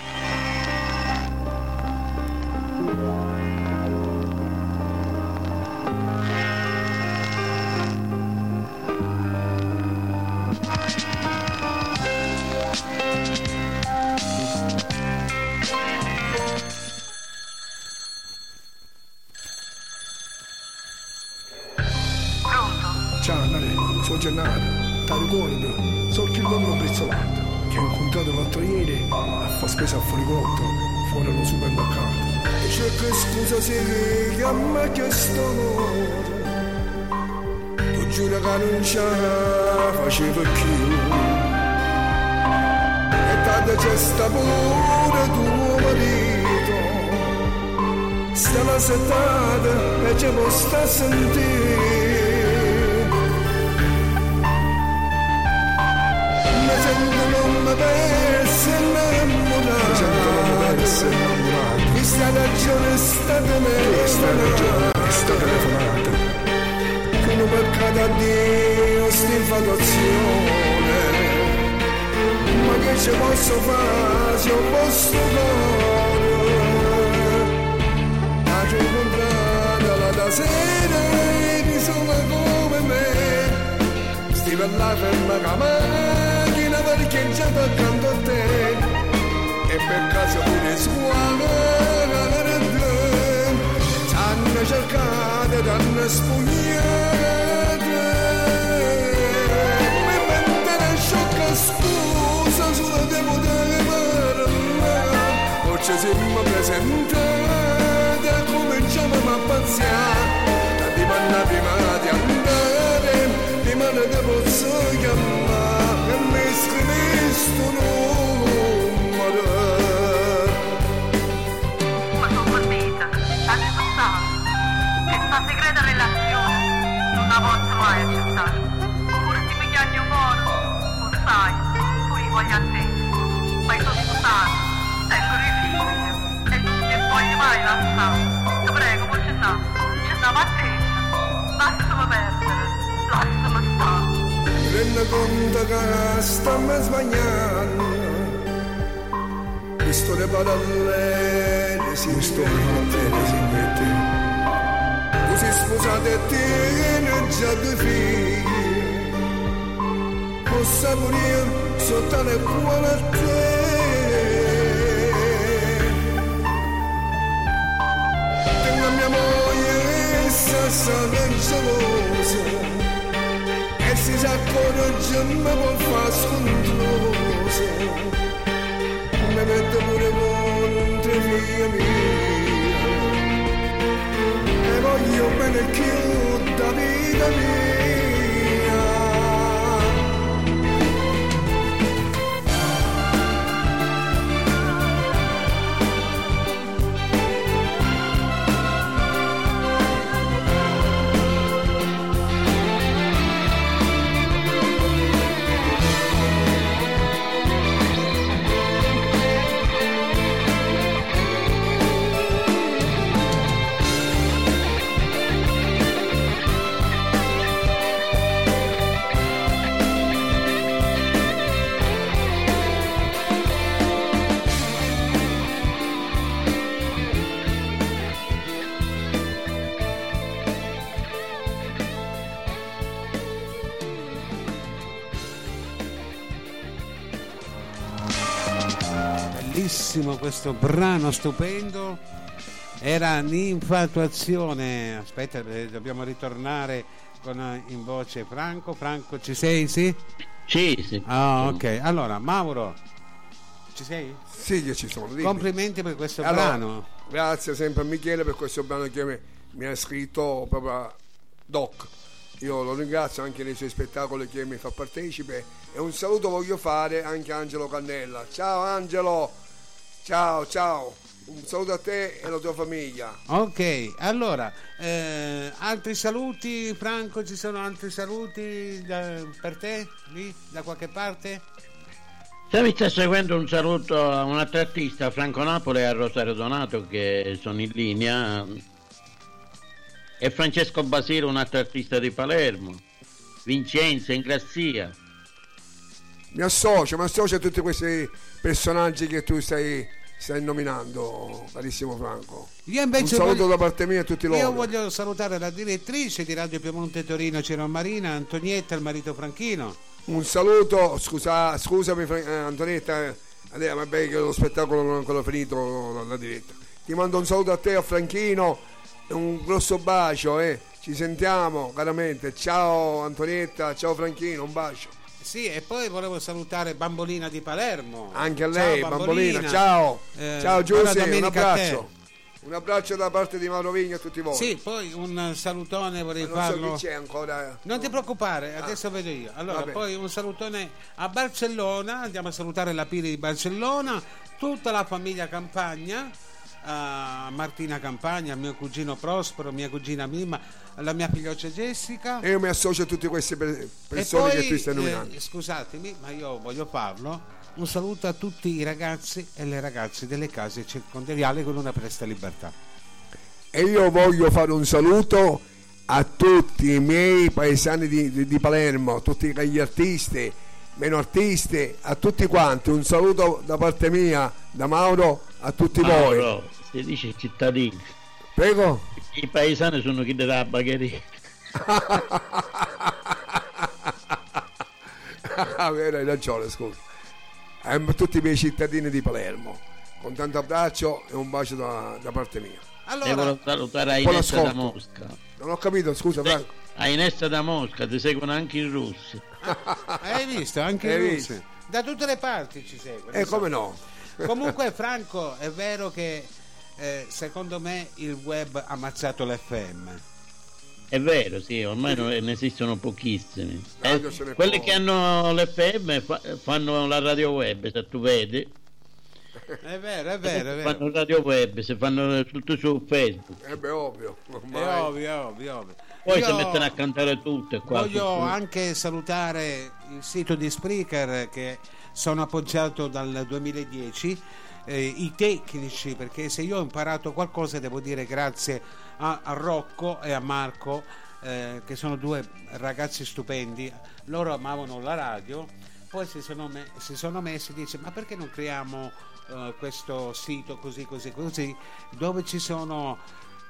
Ciao Nare, sono Gennaro, ti ricordo, so che l'uomo brizzolato che ho incontrato l'altro ieri a fare spesa a fuori conto, fuori allo supermercato. E c'è che scusa se che a me chiesto amore, tu giuro che non ce la facevo più. E tanto c'è sta pure tuo marito, sta la settata e ci può sta a sentire. Mi sento non mi persi innamorato, mi sento non mi persi innamorato. Questa ragione è stata me, questa ragione è stata telefonata. Che non peccato a Dio sta infatuazione, ma che ci posso fare se ho posto cuore? La ci ho incontrata la da sera e mi sono come me, stiva là ferma con me parcheggiato accanto a te e per caso pure squadra t'hanno cercato, t'hanno spugnate mi mette una sciocca scusa sulla te potere per me forse siamo presentati e cominciamo a pazziare da di manna prima di andare di manna te posso chiamare e mi scrivi sto numero. Ma sono convinta, adesso sa che sta segreta relazione non la posso mai accettare. Oppure ti pigliagli un modo, lo sai, tu li voglio a te, ma io sono sposato, tengo i figli e non ti voglio mai lasciare. Ti prego, non ce n'ha, ce n'ha a te, lasciami perdere, lasciami stare. Mi rendo conto che stiamo sbagliando, mi storie parallele si ripetono. Tu sei sposato e tieni già due figli, sta pure sotto le cuore a te. Tengo a mia moglie sta stata gelosa e si sa accorge mi può far scontrosa. Mi metto pure contro i figli miei e voglio bene più da vita mia. Questo brano stupendo era Ninfatuazione. Aspetta, dobbiamo ritornare con in voce Franco. Franco, ci sei? Sì? Sì, sì. Ah, ok. Allora, Mauro, ci sei? Sì, che ci sono. Dimmi. Complimenti per questo allora, brano. Grazie sempre a Michele per questo brano che mi, mi ha scritto proprio Doc. Io lo ringrazio anche nei suoi spettacoli che mi fa partecipe e un saluto voglio fare anche a Angelo Cannella. Ciao Angelo! Ciao, ciao, un saluto a te e alla tua famiglia. Ok, allora, eh, altri saluti, Franco, ci sono altri saluti da, per te, lì, da qualche parte? Se mi sta seguendo un saluto a un altro artista, Franco Napoli e a Rosario Donato che sono in linea, e Francesco Basile, un altro artista di Palermo, Vincenzo, Ingrazia. Mi associo, mi associo a tutti questi personaggi che tu stai, stai nominando, carissimo Franco. Io invece un saluto voglio, da parte mia a tutti loro. Io voglio salutare la direttrice di Radio Piemonte Torino Ciro Marina, Antonietta, il marito Franchino. Un saluto, scusa, scusami eh, Antonietta, eh, vabbè che lo spettacolo non è ancora finito, la diretta. Ti mando un saluto a te, a Franchino, e un grosso bacio, eh. Ci sentiamo caramente. Ciao Antonietta, ciao Franchino, un bacio. Sì, e poi volevo salutare Bambolina di Palermo. Anche a lei, ciao, Bambolina. Bambolina. Ciao. Eh, ciao Giuseppe, un domenica abbraccio. Un abbraccio da parte di Mauro Vigna a tutti voi. Sì, poi un salutone vorrei non farlo. So chi c'è ancora. Non ti preoccupare, adesso ah. vedo io. Allora, Vabbè. Poi un salutone a Barcellona, andiamo a salutare la Piri di Barcellona, tutta la famiglia Campagna, a Martina Campagna, mio cugino Prospero, mia cugina Mimma, la mia figlioccia Jessica. E io mi associo a tutte queste persone poi, che tu stai nominando. Eh, scusatemi, ma io voglio farlo. Un saluto a tutti i ragazzi e le ragazze delle case circondariali con una presta libertà. E io voglio fare un saluto a tutti i miei paesani di, di, di Palermo, tutti gli artisti, meno artisti, a tutti quanti. Un saluto da parte mia, da Mauro, a tutti Mauro, voi. Si dice cittadini. Prego? I paesani sono chi della bagheria. Hai ragione, scusa. A tutti i miei cittadini di Palermo, con tanto abbraccio e un bacio da, da parte mia. Allora, devo salutare a Inessa da Mosca. Non ho capito, scusa Franco. A Inessa da Mosca, ti seguono anche in Russia. Hai visto? Anche in Russia. Da tutte le parti ci seguono. E eh, come no? Comunque Franco, è vero che eh, secondo me il web ha ammazzato l'F M. È vero, sì, ormai non, ne esistono pochissimi. Eh, quelli poco. Che hanno l'F M fa, fanno la radio web, se tu vedi. È vero, è vero, è vero. Fanno radio web, se fanno tutto su Facebook. Eh beh, ovvio. Ormai. È ovvio, è ovvio, è ovvio. Poi Io si mettono a cantare tutte qua. Voglio anche salutare il sito di Spreaker che sono appoggiato dal duemiladieci. Eh, i tecnici, perché se io ho imparato qualcosa devo dire grazie a, a Rocco e a Marco, eh, che sono due ragazzi stupendi. Loro amavano la radio, poi si sono, me- si sono messi e dice: ma perché non creiamo uh, questo sito così così così, dove ci sono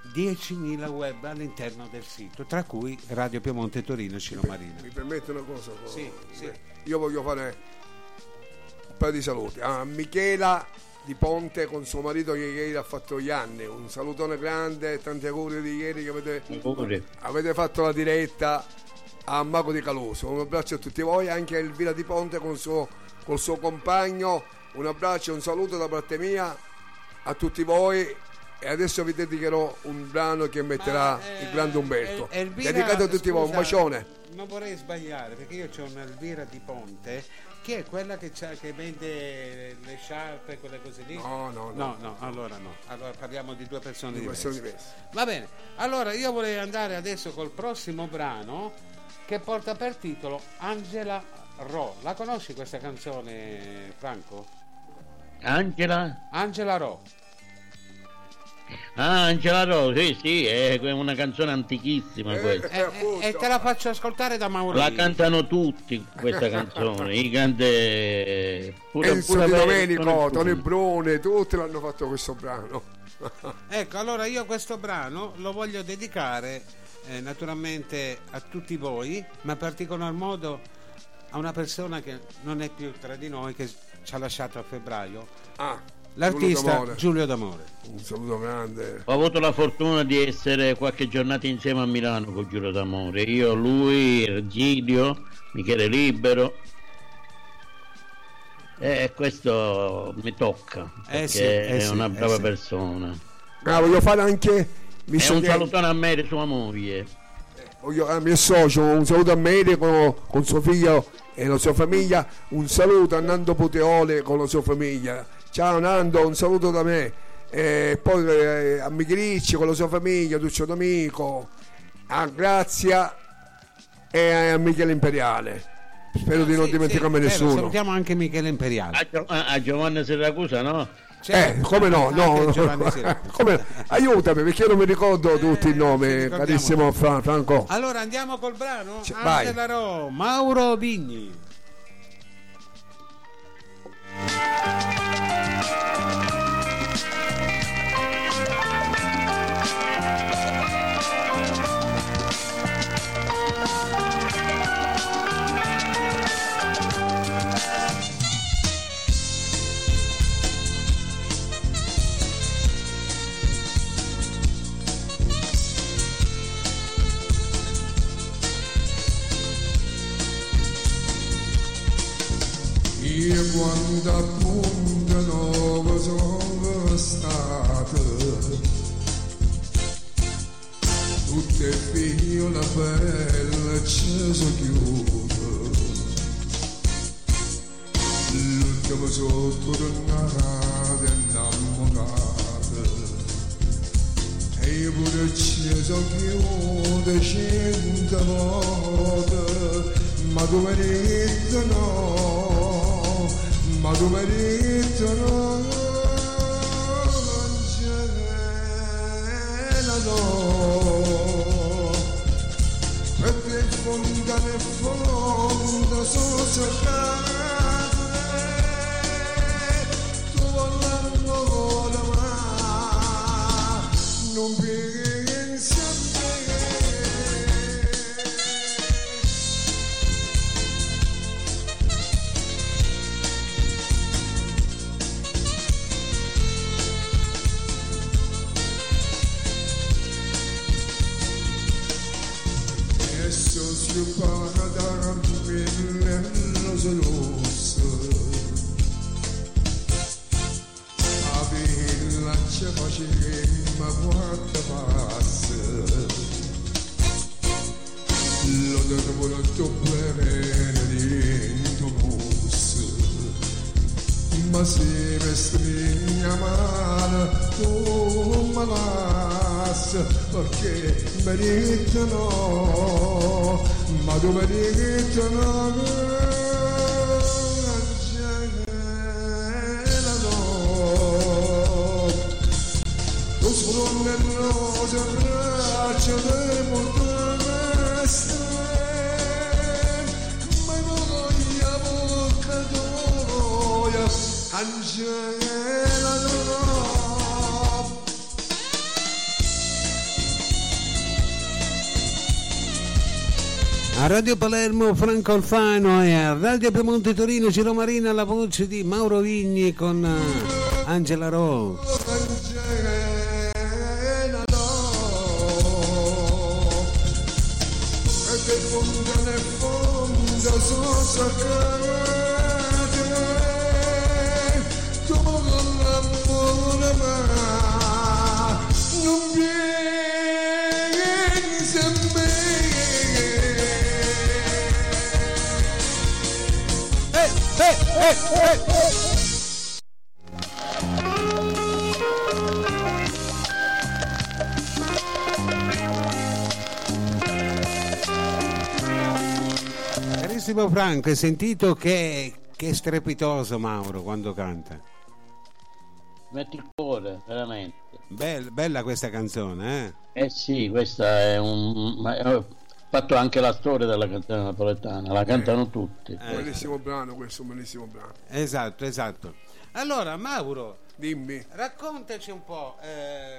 diecimila web all'interno del sito, tra cui Radio Piemonte Torino Ciro Marina. Mi permette una cosa? Sì, sì. Io voglio fare un paio di saluti a Michela Di Ponte con suo marito che ieri ha fatto gli anni. Un salutone grande, tanti auguri di ieri che avete, avete fatto la diretta a Mago di Caluso. Un abbraccio a tutti voi, anche a Elvira Di Ponte con il suo, col suo compagno. Un abbraccio e un saluto da parte mia a tutti voi. E adesso vi dedicherò un brano che metterà Ma, eh, il grande Umberto. El- Elvira, dedicato a tutti scusa, voi, un bacione. Non vorrei sbagliare perché io c'ho un'Elvira Di Ponte che è quella che, c'ha, che vende le sciarpe, quelle cose lì. No, no, no. No, no, allora no. Allora parliamo di due persone Di diverse. persone diverse. Va bene. Allora io vorrei andare adesso col prossimo brano che porta per titolo Angela Ro. La conosci questa canzone, Franco? Angela? Angela Ro. Ah, Angela Rose, sì, sì, è una canzone antichissima Eh, questa. E, e- e te la faccio ascoltare da Maurizio. La cantano tutti questa canzone, i grandi pure, Enzo pure Di per- Domenico, Tony Tony Bruni. Bruni, tutti l'hanno fatto questo brano. Ecco, allora io questo brano lo voglio dedicare eh, naturalmente a tutti voi, ma in particolar modo a una persona che non è più tra di noi, che ci ha lasciato a febbraio, Ah, l'artista Giulio D'Amore. Giulio D'Amore. Un saluto grande. Ho avuto la fortuna di essere qualche giornata insieme a Milano con Giulio D'Amore. Io, lui, Ergilio, Michele Libero. E questo mi tocca, perché Eh sì, eh è sì, una eh brava sì. persona. Ah, voglio fare anche E visto un che- salutone a me e sua moglie. voglio, a mio socio, un saluto a Mary con, con suo figlio e la sua famiglia, un saluto a Nando Puteole con la sua famiglia. Ciao Nando, un saluto da me. E poi eh, a Michelicci con la sua famiglia, Duccio D'Amico, a Grazia e a Michele Imperiale. Spero di non Sì, dimenticarmi sì, nessuno. vero, salutiamo anche Michele Imperiale. A, Gio- a Giovanni Siracusa, no? Eh, come no, no, Anche no. Giovanni Siracusa. Come- aiutami perché io non mi ricordo tutti i ci nomi, ricordiamo. carissimo Fra- Franco. Allora andiamo col brano Cioè, vai. Angela Ro, Mauro Vigni. Io quando appunto dove sono stato, tutte figlie belle ci sono chiuse, l'ultimo sotto tornate innamorate, e io pure ci sono chiuse cento volte, ma tu mi dici no, ma tu mi dici no, Angela no, perché in fondo nel fondo sono cercate, tu volendo ma non pensi a me. Esso si para da mille rose rosse, a villa ci facemmo quattro passi, lo dormo l'ottobre dentro busso, ma se mi stringi la mano tu mi lasci, perché mi dici no, ma tu mi dici no, Angela no, tu solo nel rosa braccia del mondo stare, ma non voglio bocca d'oia, Angela no. A Radio Palermo Franco Alfano e a Radio Piemonte Torino Ciro Marina, la voce di Mauro Vigni con uh, Angela Rose. Eh, eh, eh. Carissimo Franco, hai sentito che, che è strepitoso Mauro quando canta? Metti il cuore, veramente. Bella, bella questa canzone, eh? Eh sì, questa è un... ma ho fatto anche la storia della canzone napoletana, la cantano eh, tutti. Eh. Bellissimo brano questo, un bellissimo brano. Esatto, esatto. Allora Mauro, dimmi. Raccontaci un po', eh,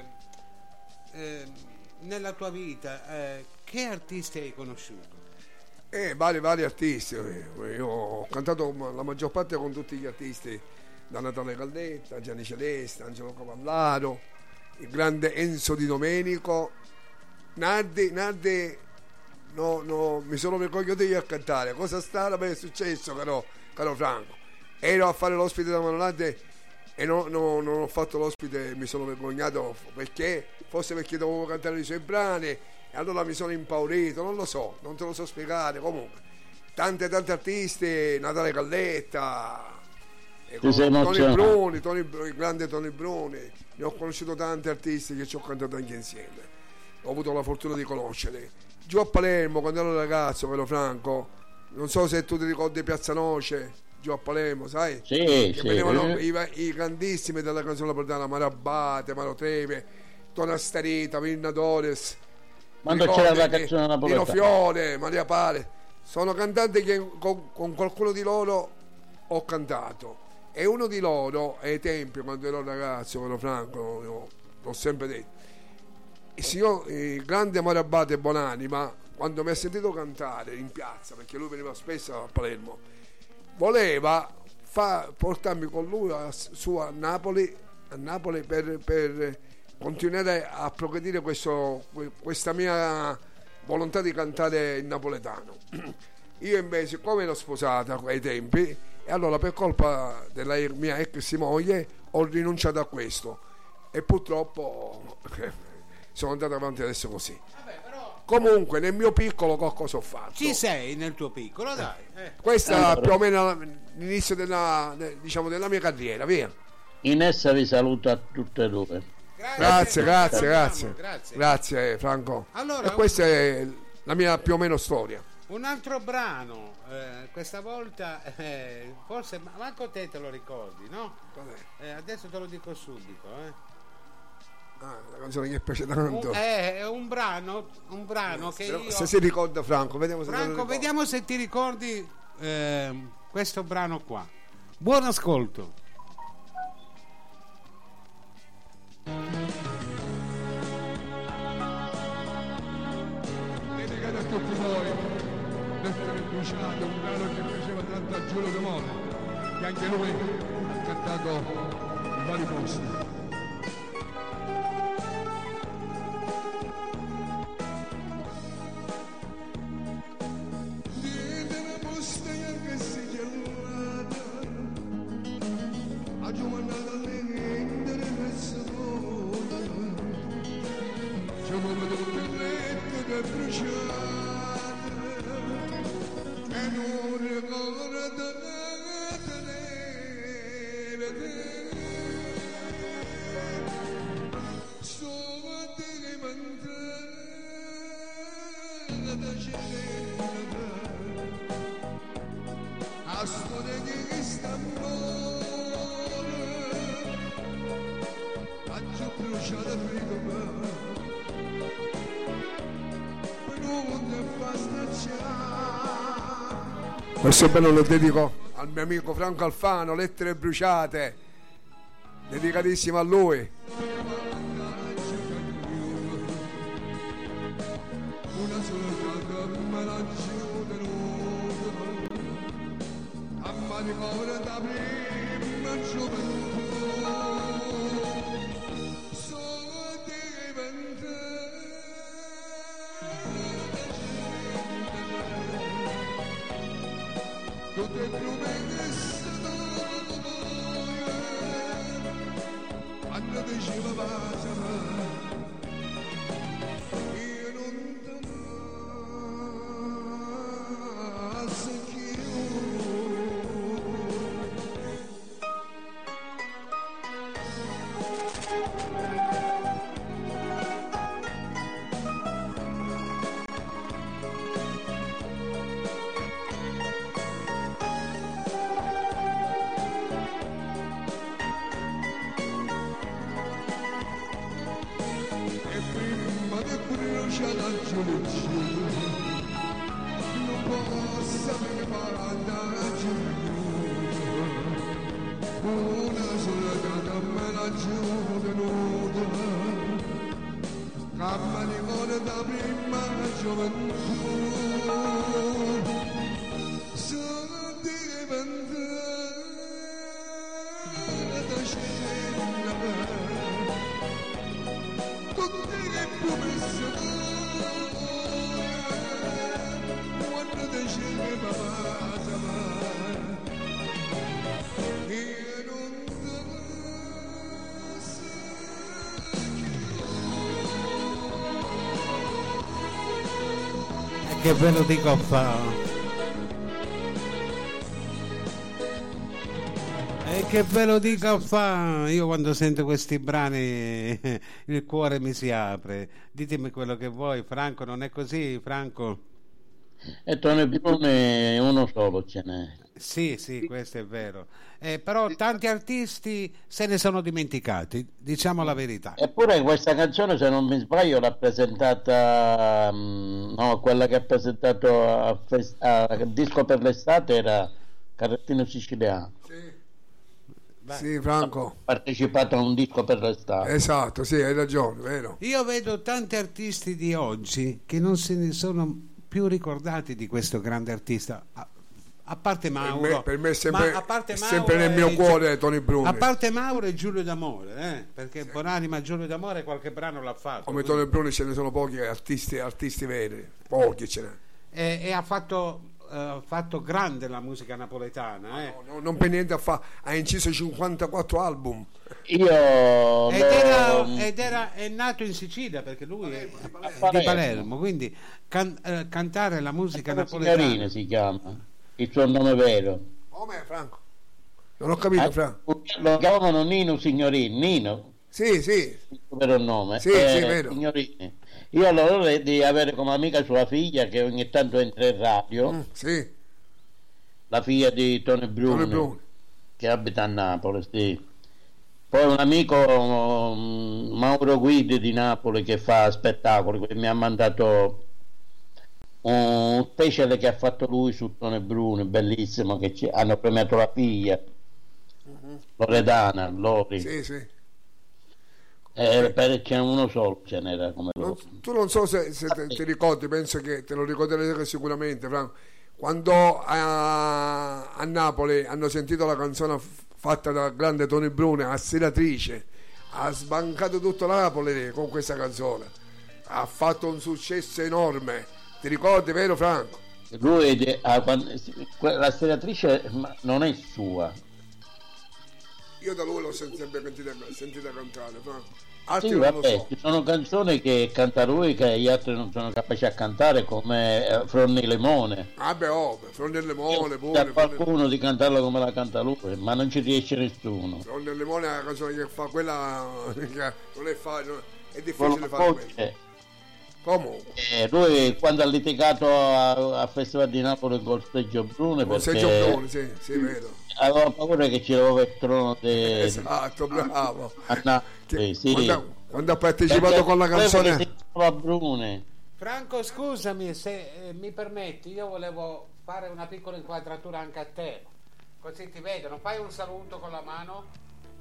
eh, nella tua vita, eh, che artisti hai conosciuto? Eh, vari, vari artisti. Io ho cantato la maggior parte con tutti gli artisti, da Natale Caldetta, Gianni Celeste, Angelo Cavallaro, il grande Enzo Di Domenico, Nardi, Nardi, no, no, mi sono vergognato io a cantare. Cosa strana mi è successo, caro, caro Franco. Ero a fare l'ospite da Manolante e no, no, non ho fatto l'ospite, mi sono vergognato perché, forse perché dovevo cantare i suoi brani e allora mi sono impaurito, non lo so, non te lo so spiegare. Comunque tante tante artisti, Natale Caldetta, e con, Tony Bruni, Tony, il grande Tony Bruni, ne ho conosciuto tanti artisti che ci ho cantato anche insieme, ho avuto la fortuna di conoscere. Giù a Palermo quando ero ragazzo, vero Franco, non so se tu ti ricordi Piazza Noce, giù a Palermo, sai? Sì, che sì. venivano i, i grandissimi della canzone napoletana, Mario Abate, Mario Treve, Tona Starita, Virna Dores, quando c'era la canzone napoletana, Dino Fiore, Maria Pale, sono cantanti che con, con qualcuno di loro ho cantato, e uno di loro ai tempi quando ero ragazzo, vero Franco, io l'ho sempre detto, il signor il grande Mario Abate Bonanima, quando mi ha sentito cantare in piazza, perché lui veniva spesso a Palermo, voleva fa, portarmi con lui a, su a Napoli, a Napoli per, per continuare a progredire questo, questa mia volontà di cantare in napoletano. Io invece, siccome ero sposata ai tempi, e allora per colpa della mia ex moglie ho rinunciato a questo e purtroppo sono andato avanti adesso così. Vabbè, però... Comunque nel mio piccolo qualcosa ho fatto. Ci sei nel tuo piccolo, dai. Eh. Questa è più o meno l'inizio della, diciamo, della mia carriera, via. Inessa vi saluta a tutte e due. Grazie, grazie, grazie, grazie, grazie Franco. Allora, e questa è la mia più o meno storia. Un altro brano, eh, questa volta, eh, forse manco te te lo ricordi, no? Eh, adesso te lo dico subito, eh. Ah, la canzone che piace tanto. Un, è un brano, un brano eh, che io... Se si ricorda Franco, vediamo se Franco, vediamo se ti ricordi eh, questo brano qua. Buon ascolto. Dedicato a tutti voi, Lettere bruciate, un brano che piaceva tanto a Giulio De Moro, che anche lui ha cantato in vari posti. Questo bello lo dedico al mio amico Franco Alfano, Lettere bruciate, dedicatissimo a lui. Una sola ricorda prima gioventù, sono diventata tutte le promesse quando diceva basta, io non te ne secchio. Non posso prepararci una sola data me la gioventù, camma di cuore da prima gioventù, sono diventata scena tutte le promesse che ve lo dico a fa e che ve lo dico a fa io quando sento questi brani il cuore mi si apre. Ditemi quello che vuoi. Franco, non è così, Franco? E Tony Bruni uno solo ce n'è. Sì, sì, questo è vero. Eh, però tanti artisti se ne sono dimenticati, diciamo la verità. Eppure questa canzone, se non mi sbaglio, l'ha presentata, mh, no, quella che ha presentato a, fest- a Disco per l'estate era Carrettino Siciliano. Sì. Sì, Franco. Ha partecipato a un Disco per l'estate. Esatto, sì, hai ragione, vero. Io vedo tanti artisti di oggi che non se ne sono più ricordati di questo grande artista. A, a parte Mauro, per me, per me è sempre, ma a parte è Mauro sempre nel mio e, cuore Tony Bruni. A parte Mauro e Giulio D'Amore, eh? Perché sì. Buonanima Giulio D'Amore qualche brano l'ha fatto. Come quindi... Tony Bruni ce ne sono pochi artisti, artisti veri, pochi ce n'è. E, e ha fatto, uh, fatto grande la musica napoletana. Eh? No, no, non per niente ha, fa, ha inciso cinquantaquattro album. Io ed, era, ed era è nato in Sicilia perché lui è Palermo. di Palermo, quindi can, eh, cantare la musica napoletana. Signorino si chiama, il suo nome vero. Come Franco? Non ho capito, Ah, Franco. lo chiamano Nino Signorini. Nino? Sì, sì. Il suo vero nome. Sì, eh, sì, vero. Signorini. Io ho l'onore di avere come amica sua figlia che ogni tanto entra in radio. Mm, sì. La figlia di Tony Bruni, Tony Bruni, che abita a Napoli, sì. Poi un amico, um, Mauro Guidi di Napoli, che fa spettacoli, che mi ha mandato un speciale che ha fatto lui su Tony Bruni, bellissimo, che ci, hanno premiato la figlia, uh-huh. Loredana, Lori. Sì, sì. Eh, per, c'è uno solo, ce n'era come loro. Non, tu non so se, se te, ti ricordi, penso che te lo ricorderai sicuramente, Franco, quando a, a Napoli hanno sentito la canzone fatta dal grande Tony Bruni, Assiratrice, ha sbancato tutto Napoli con questa canzone, ha fatto un successo enorme. Ti ricordi, vero Franco? Lui ah, quando, la Assiratrice non è sua. Io da lui l'ho sempre sentita, sentita cantare, Franco. Sì, vabbè, so. Ci sono canzoni che canta lui che gli altri non sono capaci a cantare, come eh, Fronni Limone. Ah beh, oh, Fronni Limone pure. C'è qualcuno di cantarla come la canta lui, ma non ci riesce nessuno. Fronni Limone è una canzone che fa quella che non è facile, è difficile fare. Comunque. Eh, lui quando ha litigato a, a Festival di Napoli col Sergio Bruni, con perché Sergio Bruni, sì, sì, vedo. Aveva paura che ci aveva il trono de... Esatto, bravo. Ah, sì, sì. Quando, quando ha partecipato perché con la canzone si chiama Bruni. Franco, scusami se eh, mi permetti, io volevo fare una piccola inquadratura anche a te, così ti vedono. Fai un saluto con la mano.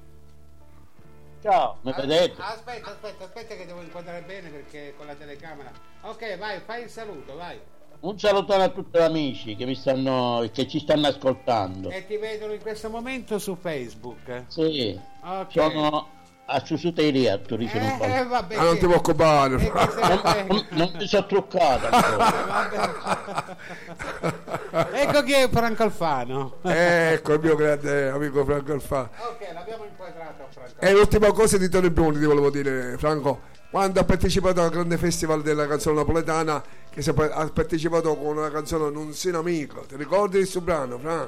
Ciao, mi vedete? Aspetta, aspetta, aspetta che devo inquadrare bene perché con la telecamera. Ok, vai, fai il saluto, vai. un salutone a tutti gli amici che mi stanno che ci stanno ascoltando. E ti vedono in questo momento su Facebook? Sì, okay. Sono a Ciusuteria a Torino. Eh, eh, vabbè, ah, non ti può occupare. Non, non, non ti sono truccato ecco chi è Franco Alfano. Ecco il mio grande amico Franco Alfano. Ok, l'abbiamo inquadrato Franco. E l'ultima cosa di Tony Bruni ti volevo dire, Franco, quando ha partecipato al grande festival della canzone napoletana, che ha partecipato con una canzone Non sei un amico, ti ricordi questo brano, Franco?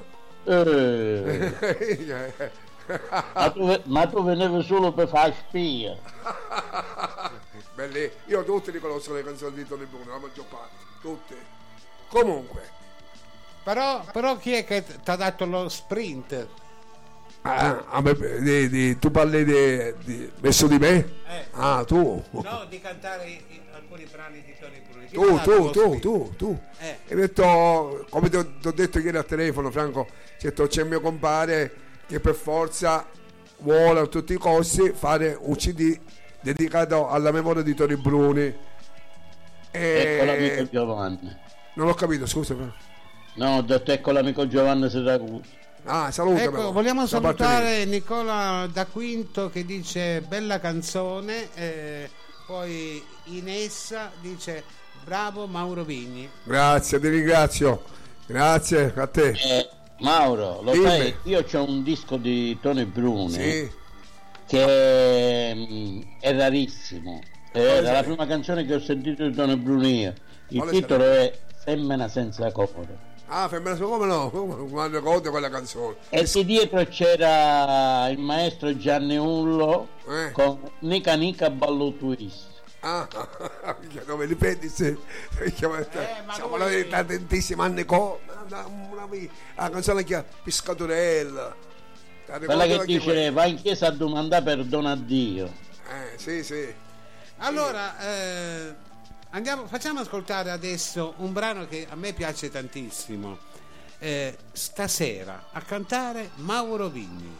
Eh. ma, tu, ma tu venevi solo per fare spia. Belli, io tutti li conosco le canzoni di Tony Bruni, la maggior parte, tutte. Comunque però, però chi è che ti ha dato lo sprint? Ah, a me, di, di, tu parli di, di Messo di me? Eh. Ah, tu? No, di cantare i, i, alcuni brani di Tony Bruni. Tu, tu, tu, tu, tu. Eh. Hai detto, come ti ho, ti ho detto ieri al telefono, Franco, certo, c'è il mio compare che per forza vuole a tutti i costi fare un C D dedicato alla memoria di Tony Bruni. E... Ecco l'amico Giovanni. Non ho capito, scusa. No, ho detto ecco l'amico Giovanni Siracusa. Ah, saluta, ecco, però, vogliamo salutare Nicola da Quinto che dice bella canzone, eh, poi Inessa dice bravo Mauro Vigni. Grazie, ti ringrazio, grazie a te. eh, Mauro, lo Dimmi. sai, io c'ho un disco di Tony Bruni, Sì. che mh, è rarissimo, era la prima canzone che ho sentito di Tony Bruni io. Il Quale titolo è Femmina senza cuore. Ah, femmina su come no? Come ricordo quella canzone. E di dietro c'era il maestro Gianni Ullo Eh. con Nica Nica Ballo Twist. Ah, come ripeti se, Eh, siamo lui- andati da tantissimi anni co la canzone che ha Piscatorella. Quella che dice va in chiesa a domandare perdono a Dio. Eh, sì, sì. Allora, eh, andiamo, facciamo ascoltare adesso un brano che a me piace tantissimo. Eh, stasera a cantare Mauro Vigni.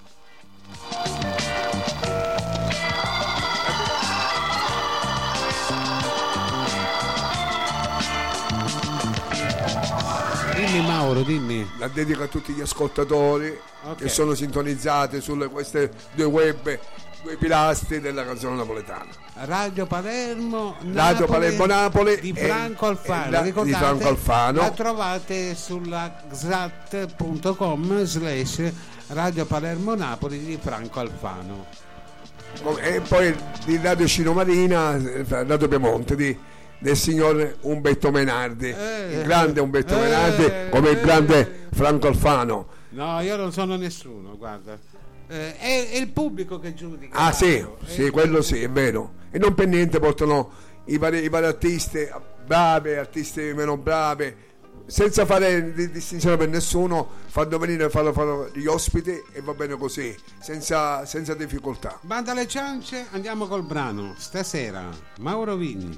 Dimmi Mauro, dimmi. La dedico a tutti gli ascoltatori Ok. che sono sintonizzati sulle queste due web, due pilastri della canzone napoletana. Radio Palermo Napoli, Radio Palermo Napoli di e- Franco Alfano. e la- di Ricordate, Franco Alfano. la trovate sulla xat punto com slash Radio Palermo Napoli di Franco Alfano. E poi di Radio Cino Marina, eh, Radio Piemonte di, del signor Umberto Menardi, Eh, il grande Umberto eh, Menardi, come il eh. grande Franco Alfano. No, io non sono nessuno, guarda. Eh, è, è il pubblico che giudica. Ah sì, Mauro, è sì, il quello pubblico. sì, è vero. E non per niente portano i vari, i vari artisti bravi, artisti meno bravi, senza fare di- distinzione per nessuno, fanno venire fanno, fanno gli ospiti e va bene così, senza, senza difficoltà. Banda alle ciance, andiamo col brano. Stasera, Mauro Vigni.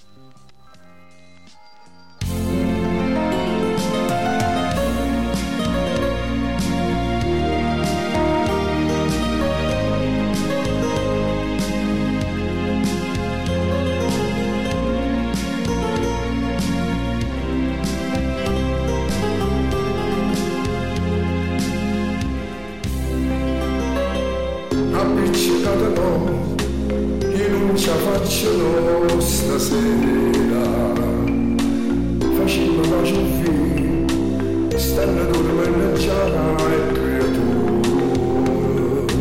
Appiccicato no, io non ce la faccio no stasera. Facendo la ciuffi, stanno dormendo già le creature.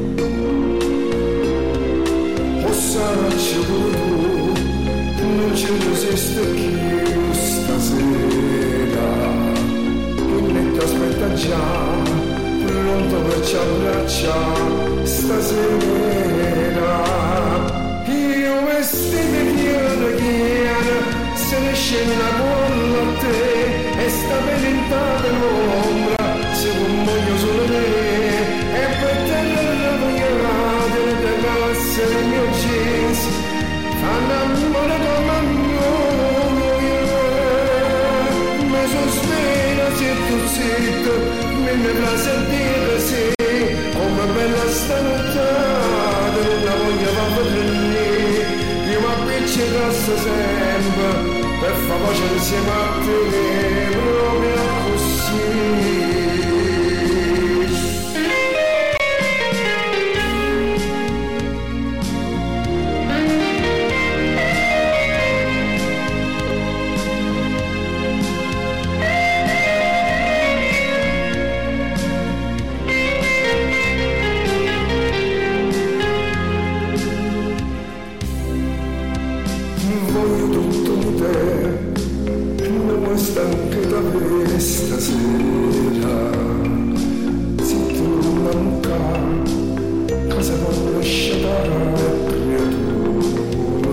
O saraccio tu, non ce ne esiste più stasera. Il letto aspetta già, pronto per ci abbracciare stasera. Io vestito chiaro chiaro, se ne scende una bolla a te e sta venentata l'ombra, se non voglio solo te e per te la vogliate le calze del mio jeans fanno amore come noi. Mi sono sveglia zitto zitto, mi mi piace dire sì, come bella stanottata, non la voglio far vedere, io mi appiccico sempre per far pace insieme a te, proprio così. Stanca da questa sera, se tu non manca, cosa vuoi lasciare creatura?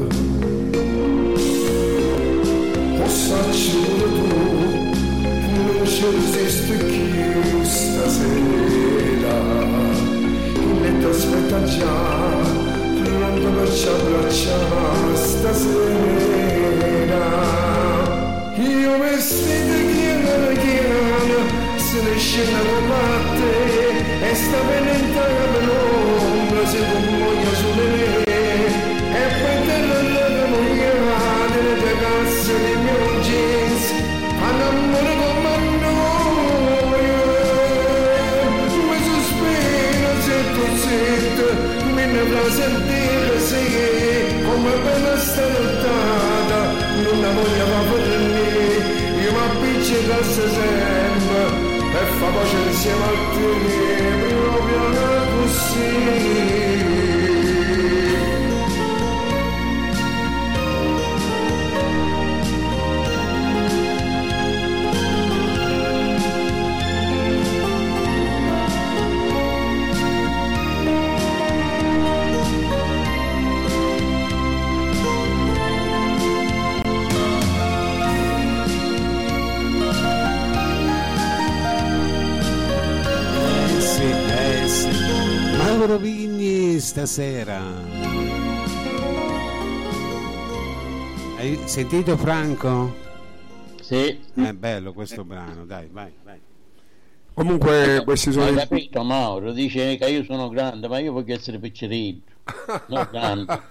Possacci pure tu, non ci resisto più stasera, il letto aspetta già, pronto per ci abbracciare stasera. Io vestito chiamano chiamano, se ne scena con latte, e sta venendo per l'ombra, se con moglie sulle me, e poi te lo logo mogliate, le ragazze dei miei jeans, hanno amore come noi, mi sospiro zitto zitto, mi ne fa sentire se, come bella sta nottata, non la voglio fare io mi appiccico sempre e fa pace insieme a te, proprio così. Mauro Vigni stasera. Hai sentito Franco? Sì. È bello questo brano, dai, vai, vai. Comunque questi sono Hai i... capito Mauro? Dice che io sono grande, ma io voglio essere piccerino, non grande.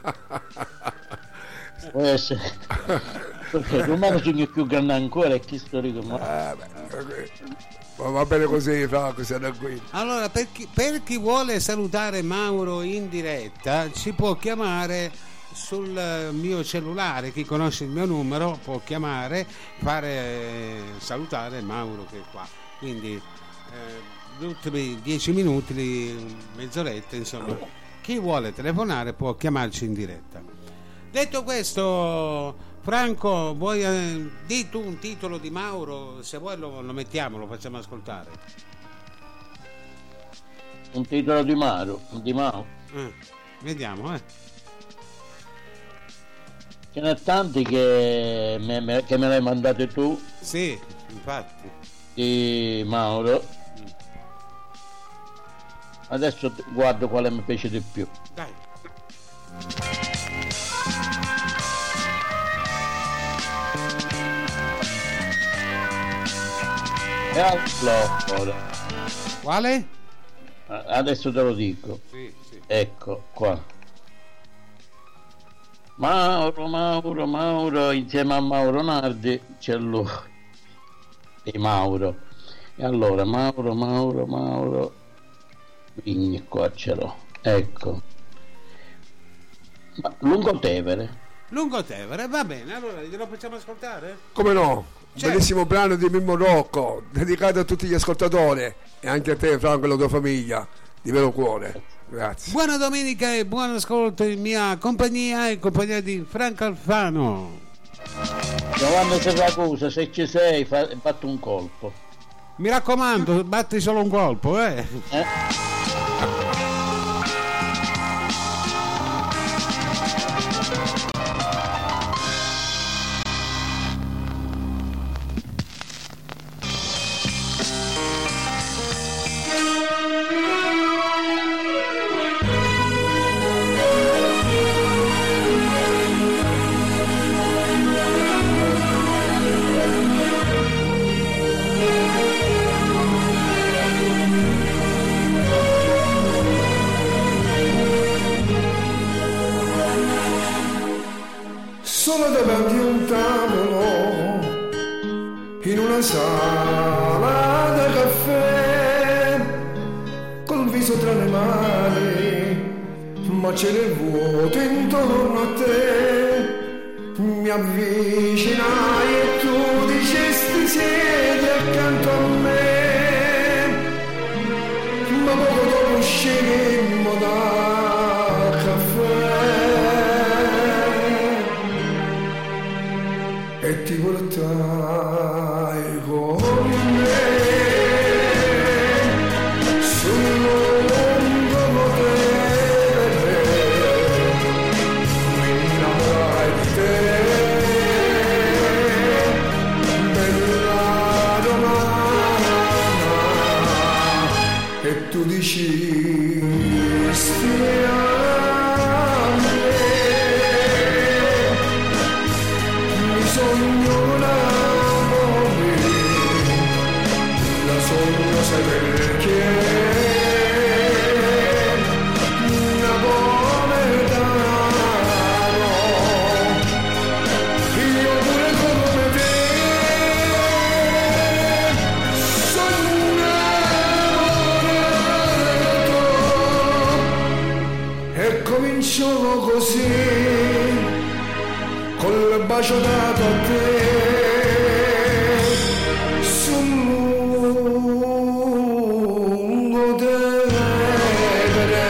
Può essere perché domani sono più grande ancora e chi storico ma... Eh, beh, ma va bene così, Franco, sei tranquillo. Allora, per chi, per chi vuole salutare Mauro in diretta, ci può chiamare sul mio cellulare. Chi conosce il mio numero può chiamare, fare salutare Mauro che è qua. Quindi eh, gli ultimi dieci minuti, li- mezz'oretta, insomma, chi vuole telefonare può chiamarci in diretta. Detto questo, Franco, vuoi eh, di tu un titolo di Mauro? Se vuoi lo, lo mettiamo, lo facciamo ascoltare. Un titolo di Mauro, di Mauro. Eh, vediamo, eh. Ce n'è tanti che me, me- che me l'hai mandato tu, Sì, infatti. di Mauro. Adesso guardo quale mi piace di più. Dai. E allora, Quale? adesso te lo dico. Sì, sì. Ecco qua. Mauro, Mauro, Mauro, insieme a Mauro Nardi c'è lui. E Mauro. E allora, Mauro, Mauro, Mauro. Vigni, qua ce l'ho. Ecco. Ma Lungotevere. Lungotevere, va bene, allora glielo facciamo ascoltare? Come no? Certo. Bellissimo brano di Mimmo Rocco, dedicato a tutti gli ascoltatori e anche a te, Franco, e la tua famiglia, di vero cuore. Grazie. Buona domenica e buon ascolto in mia compagnia e compagnia di Franco Alfano. Giovanni Serracusa, se ci sei, fa, fatti un colpo. Mi raccomando, batti solo un colpo, eh. Eh? Thank una sala da caffè col viso tra le mani, ma ce ne vuoto intorno a te. Mi avvicinai e tu dicesti siedi accanto a me, ma poco dopo uscimmo dal caffè e ti portai con me sul lungo potere, mi innamorai di te, bella romana, e tu dicisti a me, mi sogno Napoli, la sogno sai perché, napoletano, io pure come te, sono innamorato, e cominciò così, col bacio dato a te, sul lungo Tevere.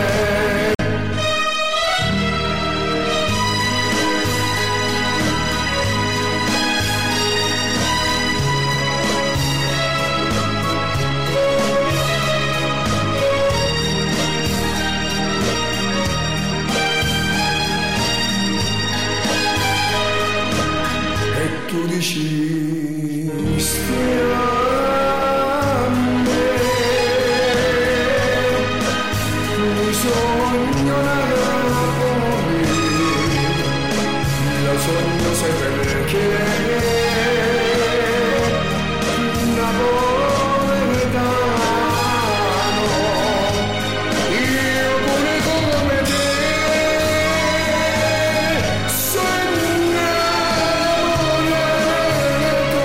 E tu dicisti a me, mi sogno Napoli, la sogno sai perché, napoletano, io pure come te, sono innamorato,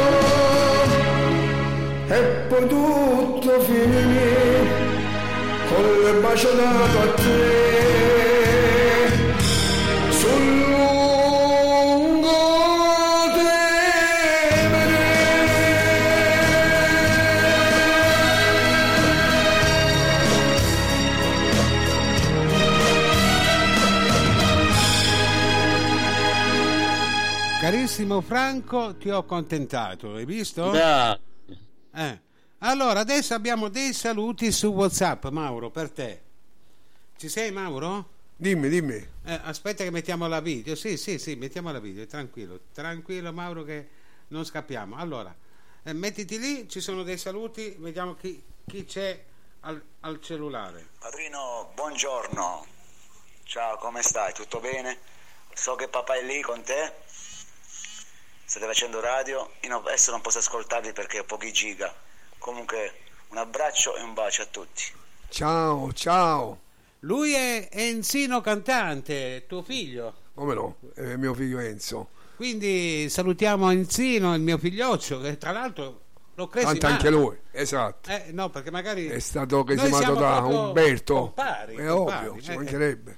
e poi tutto finì col bacio dato a te sul lungo Tevere. Carissimo Franco, ti ho accontentato, hai visto? Grazie. Eh. Allora, adesso abbiamo dei saluti su WhatsApp, Mauro, per te. Ci sei, Mauro? Dimmi, dimmi. Eh, aspetta che mettiamo la video. Sì, sì, sì, mettiamo la video, tranquillo. Tranquillo, Mauro, che non scappiamo. Allora, eh, mettiti lì, ci sono dei saluti, vediamo chi, chi c'è al, al cellulare. Padrino, buongiorno. Ciao, come stai? Tutto bene? So che papà è lì con te. State facendo radio. Io non- adesso non posso ascoltarvi perché ho pochi giga. Comunque, un abbraccio e un bacio a tutti. Ciao, ciao. Lui è Enzino Cantante, tuo figlio. Come no? È mio figlio Enzo. Quindi salutiamo Enzino, il mio figlioccio, che tra l'altro l'ho preso Canta in anche mano. lui, esatto. Eh, no, perché magari È stato noi chiamato siamo da proprio Umberto. compari, È compari, ovvio, ci eh. mancherebbe.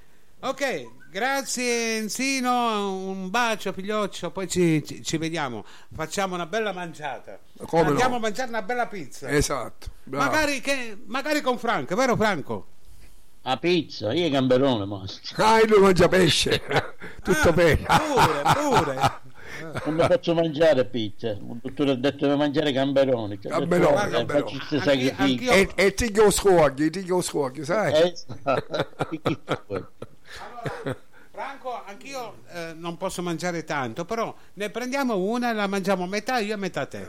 Ok, grazie Enzino, un bacio figlioccio, poi ci, ci, ci vediamo, facciamo una bella mangiata. Come Andiamo no? a mangiare una bella pizza. Esatto. Bravo. magari, che, magari con Franco, vero Franco? A pizza, io gamberone mostro. Ah, lui mangia pesce. Tutto Ah, bene. Pure, pure. Non mi faccio mangiare pizza. Il dottore ha detto di mangiare gamberoni. Cioè, Gamberoni, detto, eh, gamberoni. faccio questi Anch'io- sacrifici. anch'io- E, e ti lo scuogli, ti lo scuogli, sai? Eh, chi vuoi? Allora, Franco, anch'io eh, non posso mangiare tanto, però ne prendiamo una e la mangiamo a metà io e metà te.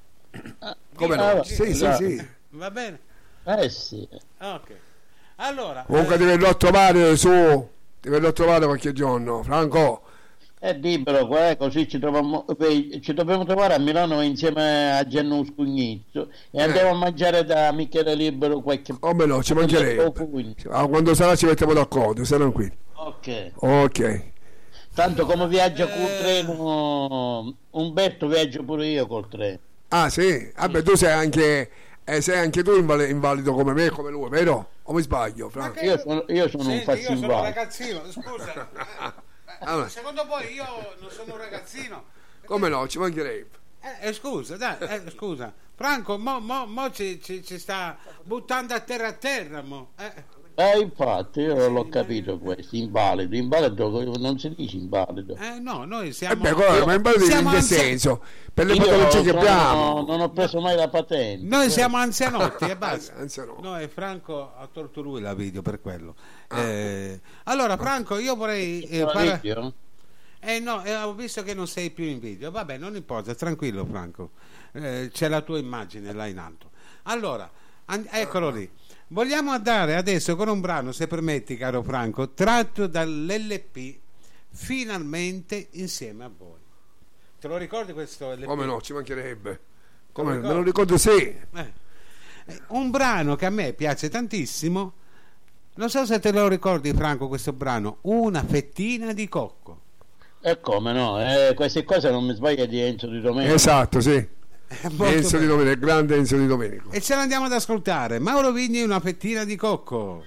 Come Ah, no? Sì, sì, esatto. sì. Va bene? Eh sì. Ok. Allora, Comunque eh, ti verrò a trovare su, ti verrò a trovare qualche giorno, Franco. È libero qua, eh, così ci troviamo, eh, ci dobbiamo trovare a Milano insieme a Giannu Scugnizzo e Eh. andiamo a mangiare da Michele Libero qualche Come no, ci mancherebbe. qualche- Ah, quando sarà ci mettiamo d'accordo, stai tranquillo. Ok. Ok. Tanto come viaggia col treno Umberto, viaggio pure io col treno. Ah sì? Vabbè, tu sei anche eh, sei anche tu invali- invalido come me, come lui, vero? O mi sbaglio, Franco? Io sono, io sono Senti, un faccio io sono un invalido. ragazzino, scusa. Eh, Allora. Secondo voi io non sono un ragazzino? Come no, ci mancherebbe. Eh, eh, scusa, dai, eh, scusa. Franco, mo, mo, mo ci, ci, ci sta buttando a terra a terra, mo. Eh. Eh, infatti, io non l'ho capito questo, invalido, invalido non si dice invalido. Eh, no, noi E siamo... beh, guarda, ma invalido in siamo che anzi- senso? Per le Io patologie che sono- abbiamo. non ho preso mai la patente. Noi siamo anzianotti e basta. Anzianotti. No, e Franco ha tolto lui la video per quello. Eh, allora, Franco, io vorrei... eh, La parla- video? Eh no, eh, ho visto che non sei più in video. Vabbè, non importa, tranquillo Franco. Eh, c'è la tua immagine là in alto. Allora, an- eccolo lì. Vogliamo andare adesso con un brano, se permetti, caro Franco, tratto dall'L P Finalmente insieme a voi. Te lo ricordi questo L P? Come no, ci mancherebbe. Come, ricordi? me lo ricordo sì. Eh. Eh, Un brano che a me piace tantissimo. Non so se te lo ricordi, Franco, questo brano, Una fettina di cocco. E come no? Eh, queste cose non mi sbaglia di Enzo Di Domenico. Esatto, sì. È molto Enzo Di bello. Domenico, il grande Enzo Di Domenico. E ce l'andiamo ad ascoltare. Mauro Vigni, Una fettina di cocco.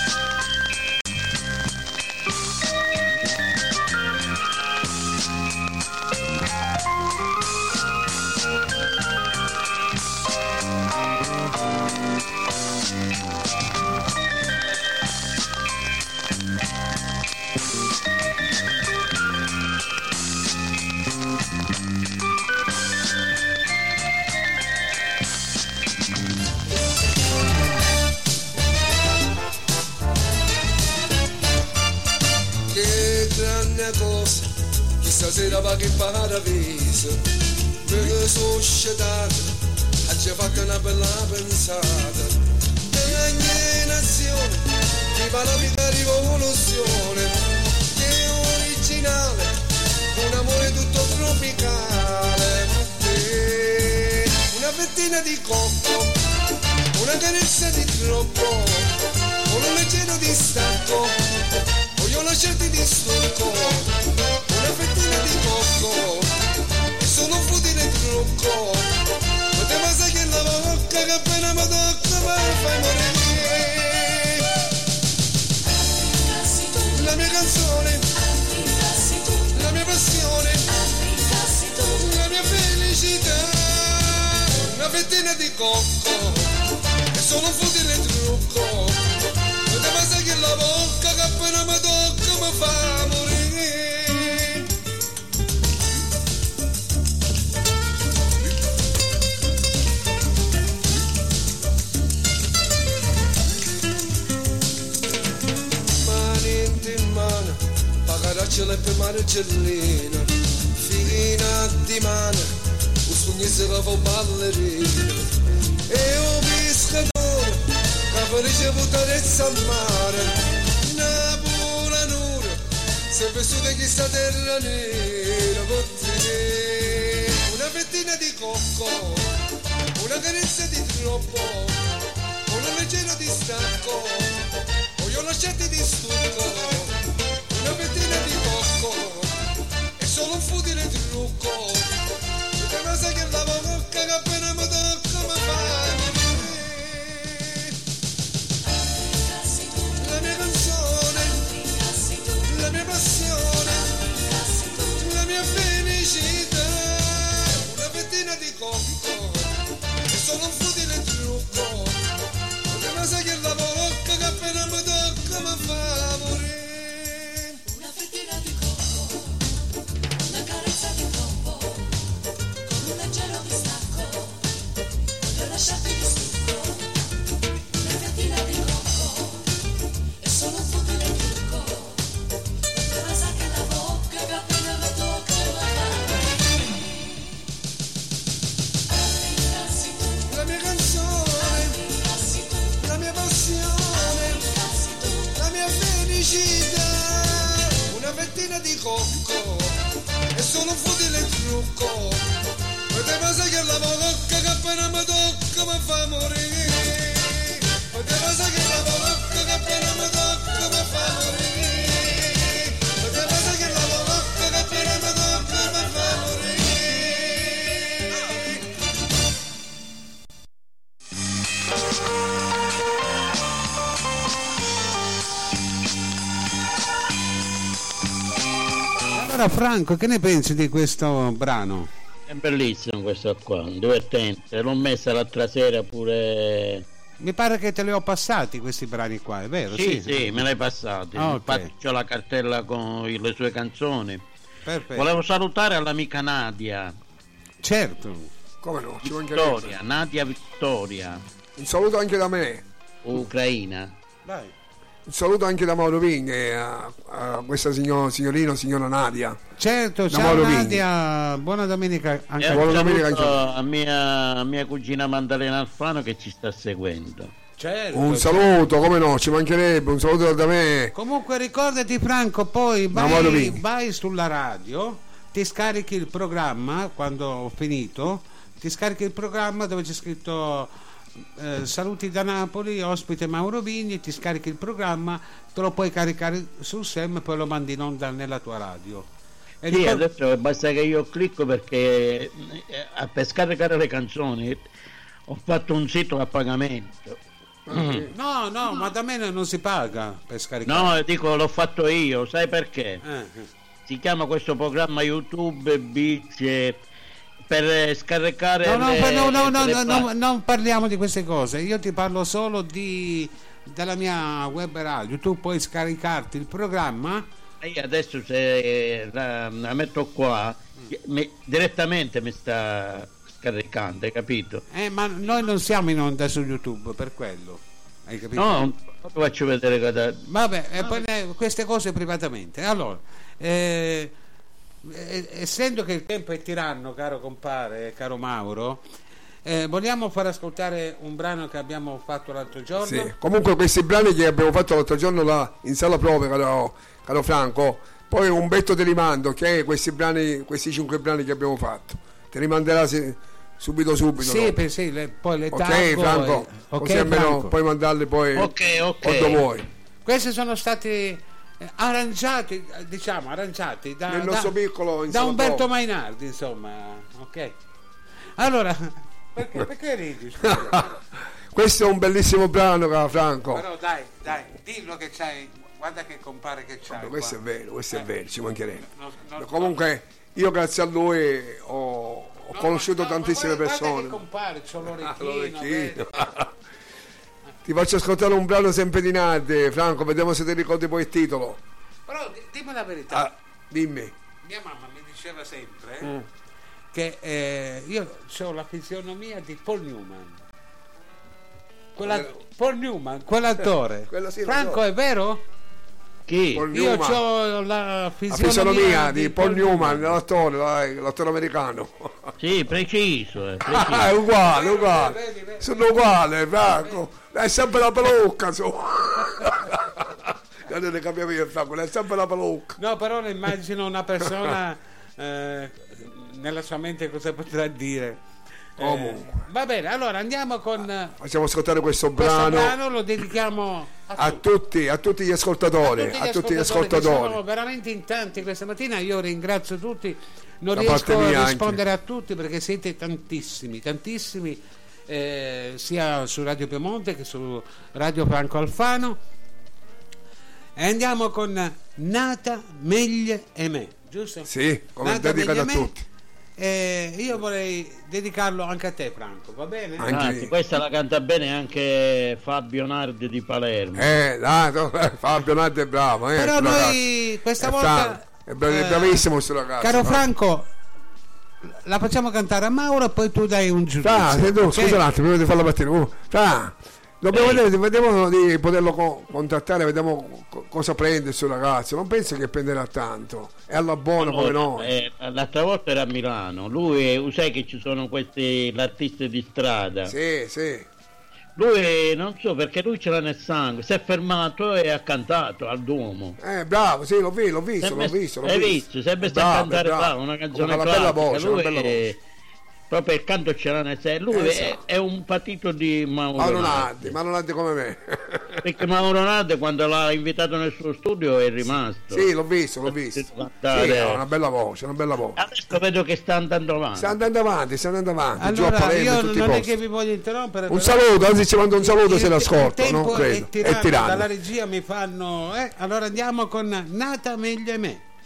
Che grande cosa, che stasera va che paradiso, me sono scedato, a ci fatto una bella pensata, ogni nazione, viva la vita rivoluzione, che è originale, un amore tutto tropicale, eh, una fettina di cocco, una carezza di troppo, un leggero distacco. Voglio lasciarti di stucco, una fettina di cocco, e sono un futile trucco, ma te basta che la bocca che appena mi tocca mi fai morire. La mia canzone, la mia passione, la mia felicità, una fettina di cocco, e sono un futile trucco. Ma te basta che la bocca che appena mi tocca mi fa morire. Mani in mano, pagaraccia per marcellina, fina di mano, un sogno si fa ballerina, e un pescatore che ha ricevuto adesso a mare, una pura nura, sempre su di questa terra nera, con te. Una fettina di cocco, una carezza di troppo, un leggero distacco, voglio lasciarti di stucco, una fettina di cocco, è solo un futile trucco, perché non sai che la bocca che appena mi tocca mi fa morire. La mia canzone, la mia passione, la mia felicità, una fettina di cocco, è solo un futile trucco, perché non sai che la bocca che appena mi tocca mi fa morire. Una fettina di cocco, una carezza di troppo, con un leggero distacco, voglio lasciarti di stucco. Una fettina di cocco, è solo un futile trucco, perché non sai che la bocca che appena mi tocca mi fa morire. Ringrazi tu, La mia canzone, ringrazi tu, la mia passione, ringrazi tu, la mia felicità, una fettina di cocco, è solo un futile trucco, ma te pensa che la bocca che appena mi tocca mi fa morire, ma te pensa che la bocca che appena mi tocca mi fa morire, ma te pensa che la bocca Allora Franco, che ne pensi di questo brano? È bellissimo questo qua, divertente. L'ho messa l'altra sera pure. Mi pare che te li ho passati questi brani qua, è vero? Sì, sì, sì me l'hai passati. Ah, okay. Infatti c'ho la cartella con le sue canzoni. Perfetto. Volevo salutare all'amica Nadia. Certo. Come no? Ci Vittoria, Nadia Vittoria. Un saluto anche da me. Ucraina. Dai. Un saluto anche da Mauro Vigni e a, a questa signor, signorina, signora Nadia. Certo, da ciao Mauro Nadia, buona domenica anche E a buona un domenica saluto anche a mia, a mia cugina Maddalena Alfano che ci sta seguendo. Certo, Un certo. saluto, come no, ci mancherebbe, un saluto da me. Comunque ricordati Franco, poi Da Mauro vai, Vigni. vai sulla radio, ti scarichi il programma quando ho finito, ti scarichi il programma dove c'è scritto eh, saluti da Napoli, ospite Mauro Vigni, ti scarichi il programma, te lo puoi caricare sul Sem e poi lo mandi in onda nella tua radio. E Sì, ricordi- adesso basta che io clicco perché eh, per scaricare le canzoni ho fatto un sito a pagamento. No, no, ma da me non si paga per scaricare. No, dico l'ho fatto io, sai perché? Eh, Si chiama questo programma YouTube Beats eh, per eh, scaricare No, no, le, no, no, no, le no, pa- no, non parliamo di queste cose. Io ti parlo solo di della mia web radio. Tu puoi scaricarti il programma. E io adesso se eh, la, la metto qua mi- direttamente mi sta scaricando, hai capito? Eh, ma noi non siamo in onda su YouTube per quello. Hai capito? No, poi faccio vedere cosa. Vabbè, e poi ne- queste cose privatamente. Allora, eh, eh, essendo che il tempo è tiranno, caro compare, caro Mauro, eh, vogliamo far ascoltare un brano che abbiamo fatto l'altro giorno? Sì. Comunque questi brani che abbiamo fatto l'altro giorno là in sala prove, caro, caro Franco, poi Umberto te li mando, che è questi brani, questi cinque brani che abbiamo fatto. Te li manderà se- subito subito. Sì, no? per- sì, le- poi le Ok taggo Franco, e- così ok, almeno Franco. puoi mandarli poi Ok, ok. quando vuoi. Questi sono stati eh, arrangiati, eh, diciamo, arrangiati da, Nel da- nostro piccolo in da sala Umberto prove. Mainardi, insomma, ok. Allora, perché, perché ridi? scusa? Questo è un bellissimo brano, caro Franco. Però dai, dai, dillo che c'hai, guarda che compare che c'hai. Questo è qua. vero, questo è Eh. vero, ci mancherebbe. No, no, Comunque io grazie a lui ho, ho no, conosciuto no, ma tantissime guarda- persone. Guarda che compare, c'ho l'orecchino, Ah, l'orecchino. vedi? Ti faccio ascoltare un brano sempre di Nardi, Franco, vediamo se ti ricordi poi il titolo. Però di- dimmi la verità, Ah, dimmi. mia mamma mi diceva sempre Mm. che eh, io ho la fisionomia di Paul Newman. Quella, Quello- Paul Newman, quell'attore. Quello sì, lo Franco, so. è vero? Chi? Paul Io Newman. ho la La fisionomia, fisionomia di Paul Newman, l'attore, dai, l'attore americano. Sì, preciso, eh, Ah, è preciso. uguale, uguale. Vedi, vedi. Sono uguali, Franco. È sempre la pelucca, su. Non ne capiamo io, Franco, è sempre la pelucca. No, però ne immagino una persona eh, nella sua mente cosa potrà dire. Eh, Comunque. va bene, allora andiamo con eh, Facciamo ascoltare questo questo brano brano, lo dedichiamo a, a tutti, a tutti gli ascoltatori, a tutti gli che ascoltatori. sono veramente in tanti questa mattina. Io ringrazio tutti, non Da riesco parte mia a anche. rispondere a tutti perché siete tantissimi, tantissimi, eh, sia su Radio Piemonte che su Radio Franco Alfano. E andiamo con Nata, Meglie e me, giusto? Sì, come Nata, dedicato a Meglie e me. tutti. E io vorrei dedicarlo anche a te, Franco, va bene? Anche- Anzi, questa la canta bene anche Fabio Nardi di Palermo. Eh, dai, no, eh, Fabio Nardi è bravo, eh, Però sto noi ragazzo. questa È volta bravo, è bra- è eh, bravissimo questo ragazzo. caro no? Franco, la facciamo cantare a Mauro e poi tu dai un giudizio. Fra, se tu, ok? scusa un attimo, prima di farla partire. Uh, Fra, dobbiamo Ehi. vedere, vediamo di poterlo co- contattare, vediamo co- cosa prende il suo ragazzo. Non penso che prenderà tanto, è alla buona come noi. Eh, l'altra volta era a Milano. Lui, eh, sai che ci sono questi l'artista di strada. Sì, sì. Lui non so perché lui ce l'ha nel sangue, si è fermato e ha cantato al Duomo. Eh, bravo, sì, l'ho, vi- l'ho visto, l'ho Sempre- visto, l'ho hai visto. visto, sempre È sta a bravo, cantare è bravo. bravo, una canzone Con una bella classica. voce, Lui una bella è- voce. proprio il canto ce l'ha nel sangue. Lui Eh, è, sì. è un patito di Mauro Mauro Nardi. Nardi, Mauro Nardi come me. Perché Mauro Nardi quando l'ha invitato nel suo studio è rimasto. Sì, l'ho visto, l'ho visto. Sì, Cantare. ha una bella voce, una bella voce. Adesso vedo che sta andando avanti. Sta andando avanti, sta andando avanti. giù a Allora, Palermo, in io tutti i non è posti. che vi voglio interrompere. Un però saluto, anzi ci mando un saluto se il- l'ascolto, il tempo non credo. è È tiranno, tiranno. dalla regia mi fanno. Eh? Allora andiamo con Nata, Meglio e me.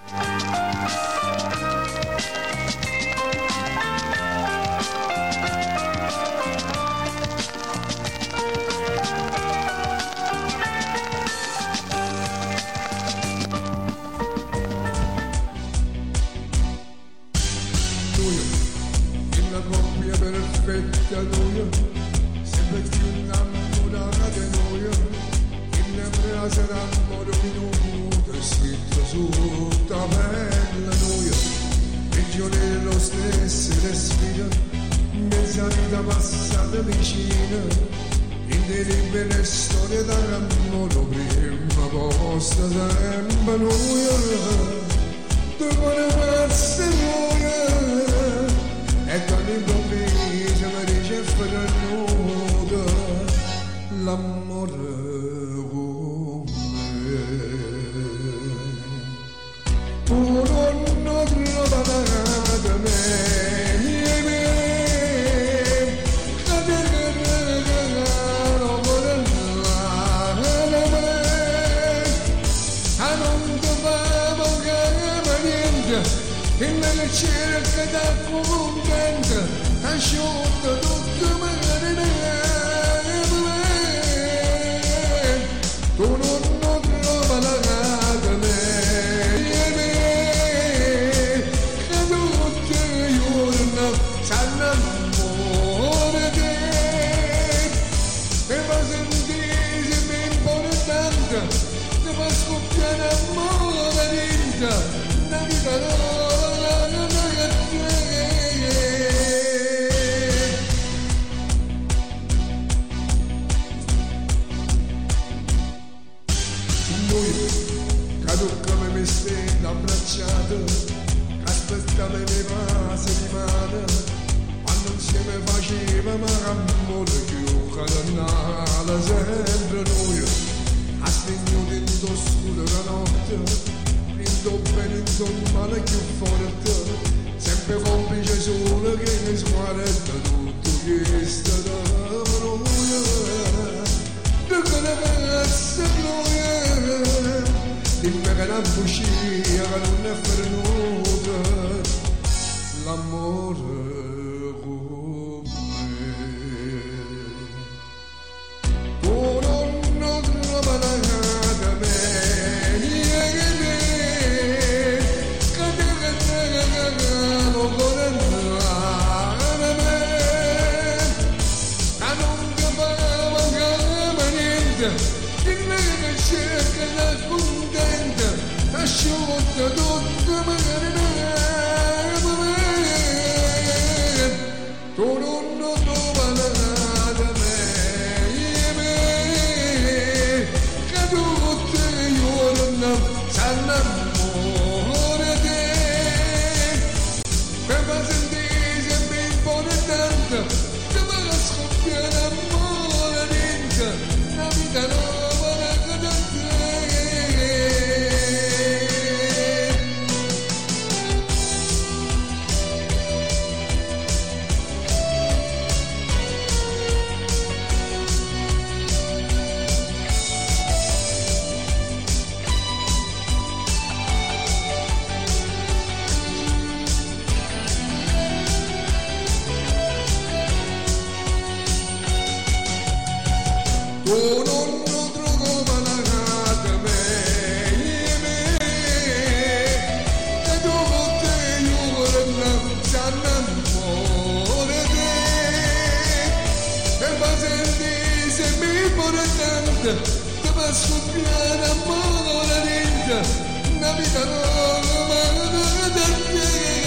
perfetta noi, sempre più innamorata di noi, in frase d'amore minuto scritto sotto la pelle noi, regione lo stesso respiro, mezza vita passata vicina, in terribile storia d'amore prima posta sempre noi, dopo le pazze noi. E dall'improvviso mi dice frenuto l'amore con me. Tu non trova da me, e me, che te regalo per me, a non ti fa mancare niente, e nella cerca da contenta, asciutta tutte magari tu non trova la casa me, che tutte le giorni sanno amore te, e fa sentire importante, ti fa scoppiare amore dentro, la vita no. Aspettami le passe di mano, quando insieme faceva ma amore più cadannata sempre noi, a stegno dentro scuro la notte, dentro bene dentro male più forte, sempre complice solo che ne sguarda tutto questo da noi, dunque le passe noi. Dimmi che la bugia che non è venuta l'amore con me. Tu non trova la casa me, che te regalo con me, a non ti fa mancare niente, dimmi che cerca la contenta, asciutta tutte magari tu non trova nada me, che tutte le giorni sanno amore te, per far sentire sempre importante, ti fa scoppiare amore dentro, la vita nuova. Tu non trova la casa me, che tutte le giorni sanno amore te, e fa sentire sempre importante, ti fa scoppiare amore dentro, una vita nuova da te.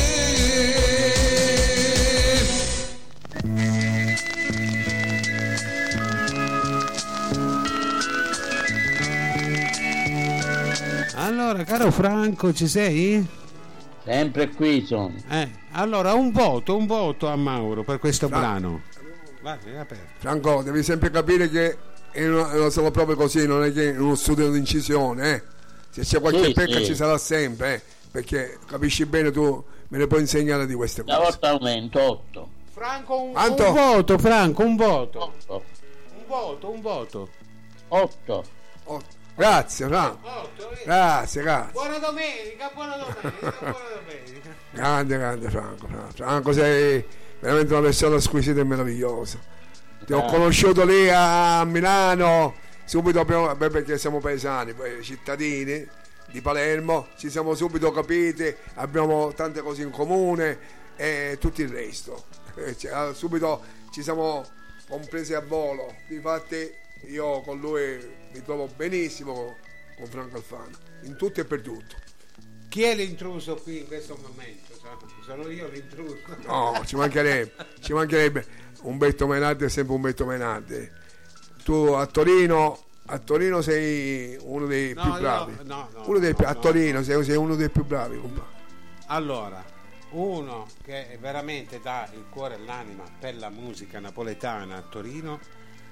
Allora, caro Franco, ci sei? Sempre qui sono. Eh, allora un voto, un voto a Mauro per questo Fra- brano. Vai, è aperto. Franco, devi sempre capire che non sono proprio così, non è che in uno studio di incisione, eh. Se c'è qualche Sì, pecca sì. ci sarà sempre, eh. Perché capisci bene, tu me ne puoi insegnare di queste La cose. volta aumento otto. Franco, un, Quanto? un voto, Franco, un voto. otto. Un voto, un voto. otto. Oh, Grazie, Franco. Oh, Grazie, grazie. Buona domenica, buona domenica, buona domenica. Grande, grande Franco, Franco. Franco, sei veramente una persona squisita e meravigliosa. Ti ho conosciuto lì a Milano, subito abbiamo, beh, perché siamo paesani, poi cittadini di Palermo, ci siamo subito capiti, abbiamo tante cose in comune e tutto il resto. Cioè, subito ci siamo compresi a volo. Difatti io con lui mi trovo benissimo con Franco Alfano, in tutto e per tutto. Chi è l'intruso qui in questo momento? Sono io l'intruso? No, ci mancherebbe, ci mancherebbe. Umberto Mainardi è sempre Umberto Mainardi. Tu a Torino, a Torino sei uno dei no, più bravi. No, no, no, uno dei, no, a no, Torino no. Sei, sei uno dei più bravi, compadre. Allora, uno che veramente dà il cuore e l'anima per la musica napoletana a Torino,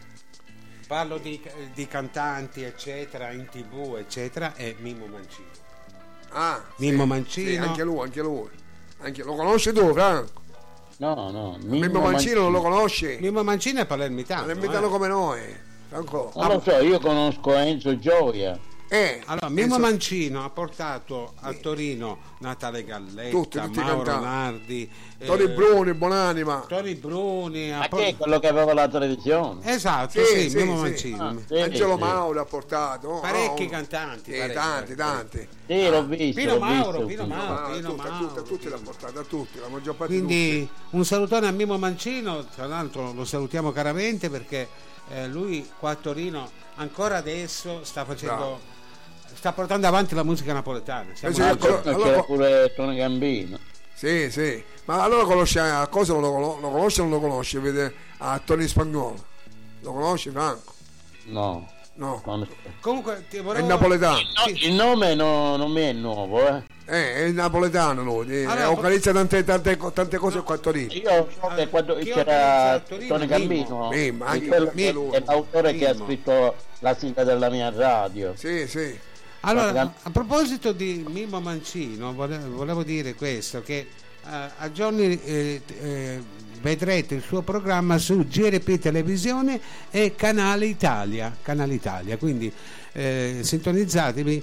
parlo di, di cantanti eccetera, in tv eccetera, è Mimmo Mancino. Ah, Mimmo sì, Mancino. sì, anche lui, anche lui. Anche, lo conosci tu, Franco? No, no. Mimmo, Mimmo Mancino non lo conosci? Mimmo Mancino è palermitano. Palermitano eh. come noi, Franco. Non lo so, io conosco Enzo Gioia. Eh, allora, Mimmo Enzo... Mancino ha portato a Torino Natale Galletta, tutti, tutti Mauro cantanti. Nardi, Toni eh, Bruni, Buonanima. Toni Bruni. Ma ha che è quello che aveva la televisione? Esatto, Sì, sì, sì, Mimmo sì. Mancino. Ah, sì, Angelo sì. Mauro ha portato. oh, Parecchi oh. cantanti. Sì, parecchi, tanti, parecchi. tanti. Sì, l'ho visto. Pino l'ho Mauro, visto, Pino sì. Mauro. Ah, Pino tutti, Mauro. tutti, tutti l'ha portato, a tutti, la maggior parte Quindi tutti. un salutone a Mimmo Mancino, tra l'altro lo salutiamo caramente perché eh, lui qua a Torino ancora adesso sta facendo, Bravo. sta portando avanti la musica napoletana. Siamo Eh sì, Ah, orgogliosi. ecco, c'era allora- pure Tony Gambino. Sì, sì. Ma allora conosce a cosa non lo, cono- lo conosce o non lo conosce? Vede a Tony Spagnolo. Lo conosci, Franco? No. No. Quando- Comunque ti È volevo... napoletano. No, il nome no- non mi è nuovo, eh. Eh, è napoletano lui. eh, Allora, organizza tante, tante, tante cose qua a Torino. Io so che quando Chi c'era organizza a Torino? Tony Mimmo. Gambino, Mimmo, è anche- quello- Mimmo. è l'autore che ha Mimmo. scritto la sigla della mia radio. Sì, sì. Allora, a proposito di Mimmo Mancino, vole- volevo dire questo, che eh, a giorni eh, eh, vedrete il suo programma su G R P Televisione e Canale Italia, Canale Italia, quindi eh, sintonizzatevi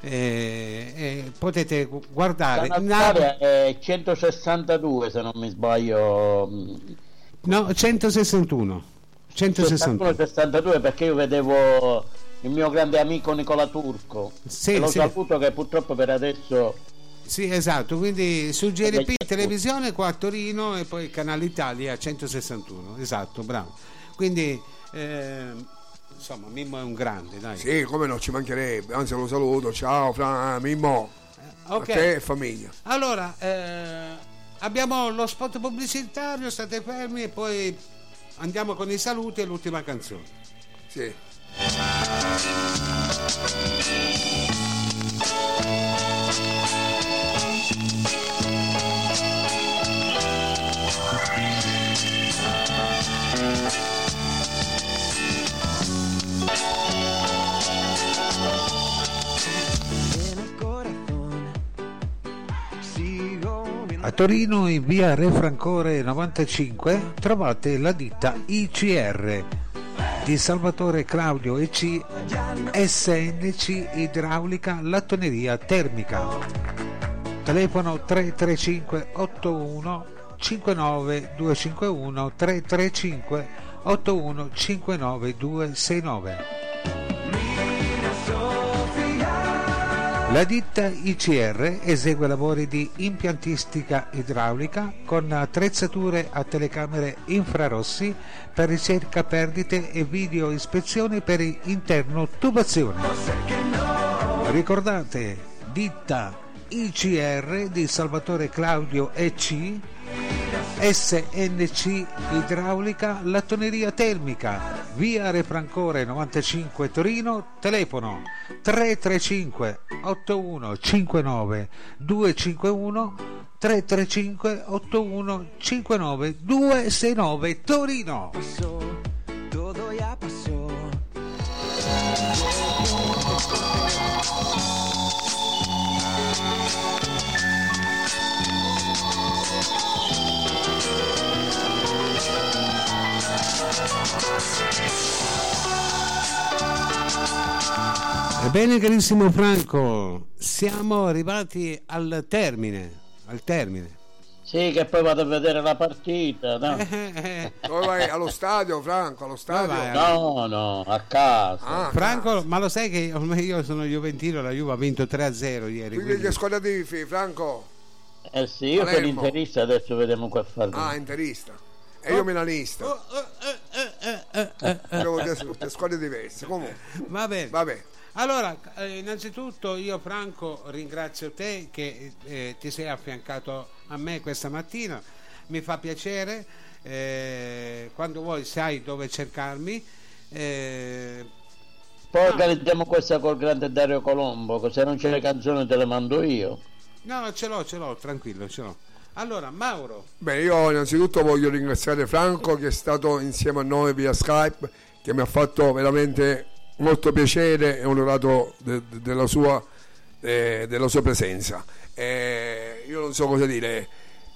eh, e potete guardare. La Na- storia è centosessantadue, se non mi sbaglio. no, centosessantuno. centosessantuno. sessantadue, perché io vedevo il mio grande amico Nicola Turco. Sì, e lo sì. saluto, che purtroppo per adesso Sì, esatto, quindi su G R P Televisione qua a Torino e poi Canale Italia centosessantuno, esatto, bravo. Quindi eh, insomma Mimmo è un grande, dai. Sì, come no, ci mancherebbe. Anzi, lo saluto. Ciao, Fra, Mimmo. Ok. A te e famiglia. Allora, eh, abbiamo lo spot pubblicitario, state fermi e poi andiamo con i saluti e l'ultima canzone. Sì. A Torino, in via Re Francore novantacinque, trovate la ditta I C R di Salvatore Claudio E C, S N C Idraulica Lattoneria Termica. Telefono tre tre cinque otto uno cinque nove due cinque uno, tre tre cinque otto uno cinque nove due sei nove. La ditta I C R esegue lavori di impiantistica idraulica con attrezzature a telecamere infrarossi per ricerca perdite e video ispezioni per interno tubazioni. Ricordate, ditta I C R di Salvatore Claudio E C, S N C Idraulica Lattoneria Termica, via Re Francore novantacinque Torino, telefono tre tre cinque otto uno cinque nove due cinque uno, tre tre cinque otto uno cinque nove due sei nove Torino. Todo ya pasó. Ebbene, carissimo Franco, siamo arrivati al termine, al termine. Sì, che poi vado a vedere la partita, no? Dove vai? Allo stadio, Franco, allo stadio? vai? No, no, a casa. Ah, Franco, ma lo sai che ormai io sono juventino, la Juve ha vinto tre a zero ieri. quindi gli ascoltativi, Franco? Eh sì, io sono Palermo. interista, adesso vediamo qua a fare. Ah, interista. E io milanista. Oh, oh, eh, eh, eh, eh, Avevo tutte squadre diverse. Comunque, Va bene. vabbè. Allora, eh, innanzitutto io Franco ringrazio te che eh, ti sei affiancato a me questa mattina, mi fa piacere, eh, quando vuoi sai dove cercarmi. eh, Poi organizziamo questa col grande Dario Colombo, che se non c'è le canzoni te le mando io. No, ce l'ho, ce l'ho, tranquillo, ce l'ho. Allora, Mauro. Beh, io innanzitutto voglio ringraziare Franco che è stato insieme a noi via Skype, che mi ha fatto veramente molto piacere e onorato de- de- della, sua, eh, della sua presenza. Eh, io non so cosa dire,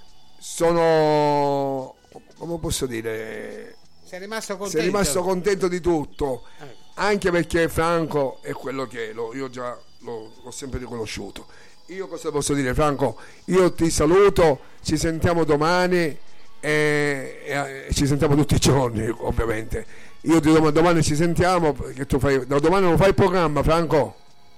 sono, come posso dire, Sei rimasto contento? sei rimasto contento di tutto, Eh. anche perché Franco è quello che è, lo- io già lo- l'ho sempre riconosciuto. Io cosa posso dire, Franco? Io ti saluto, ci sentiamo domani e, e- e ci sentiamo tutti i giorni, ovviamente. Io ti dom- domani ci sentiamo, perché tu fai, da domani non fai il programma, Franco?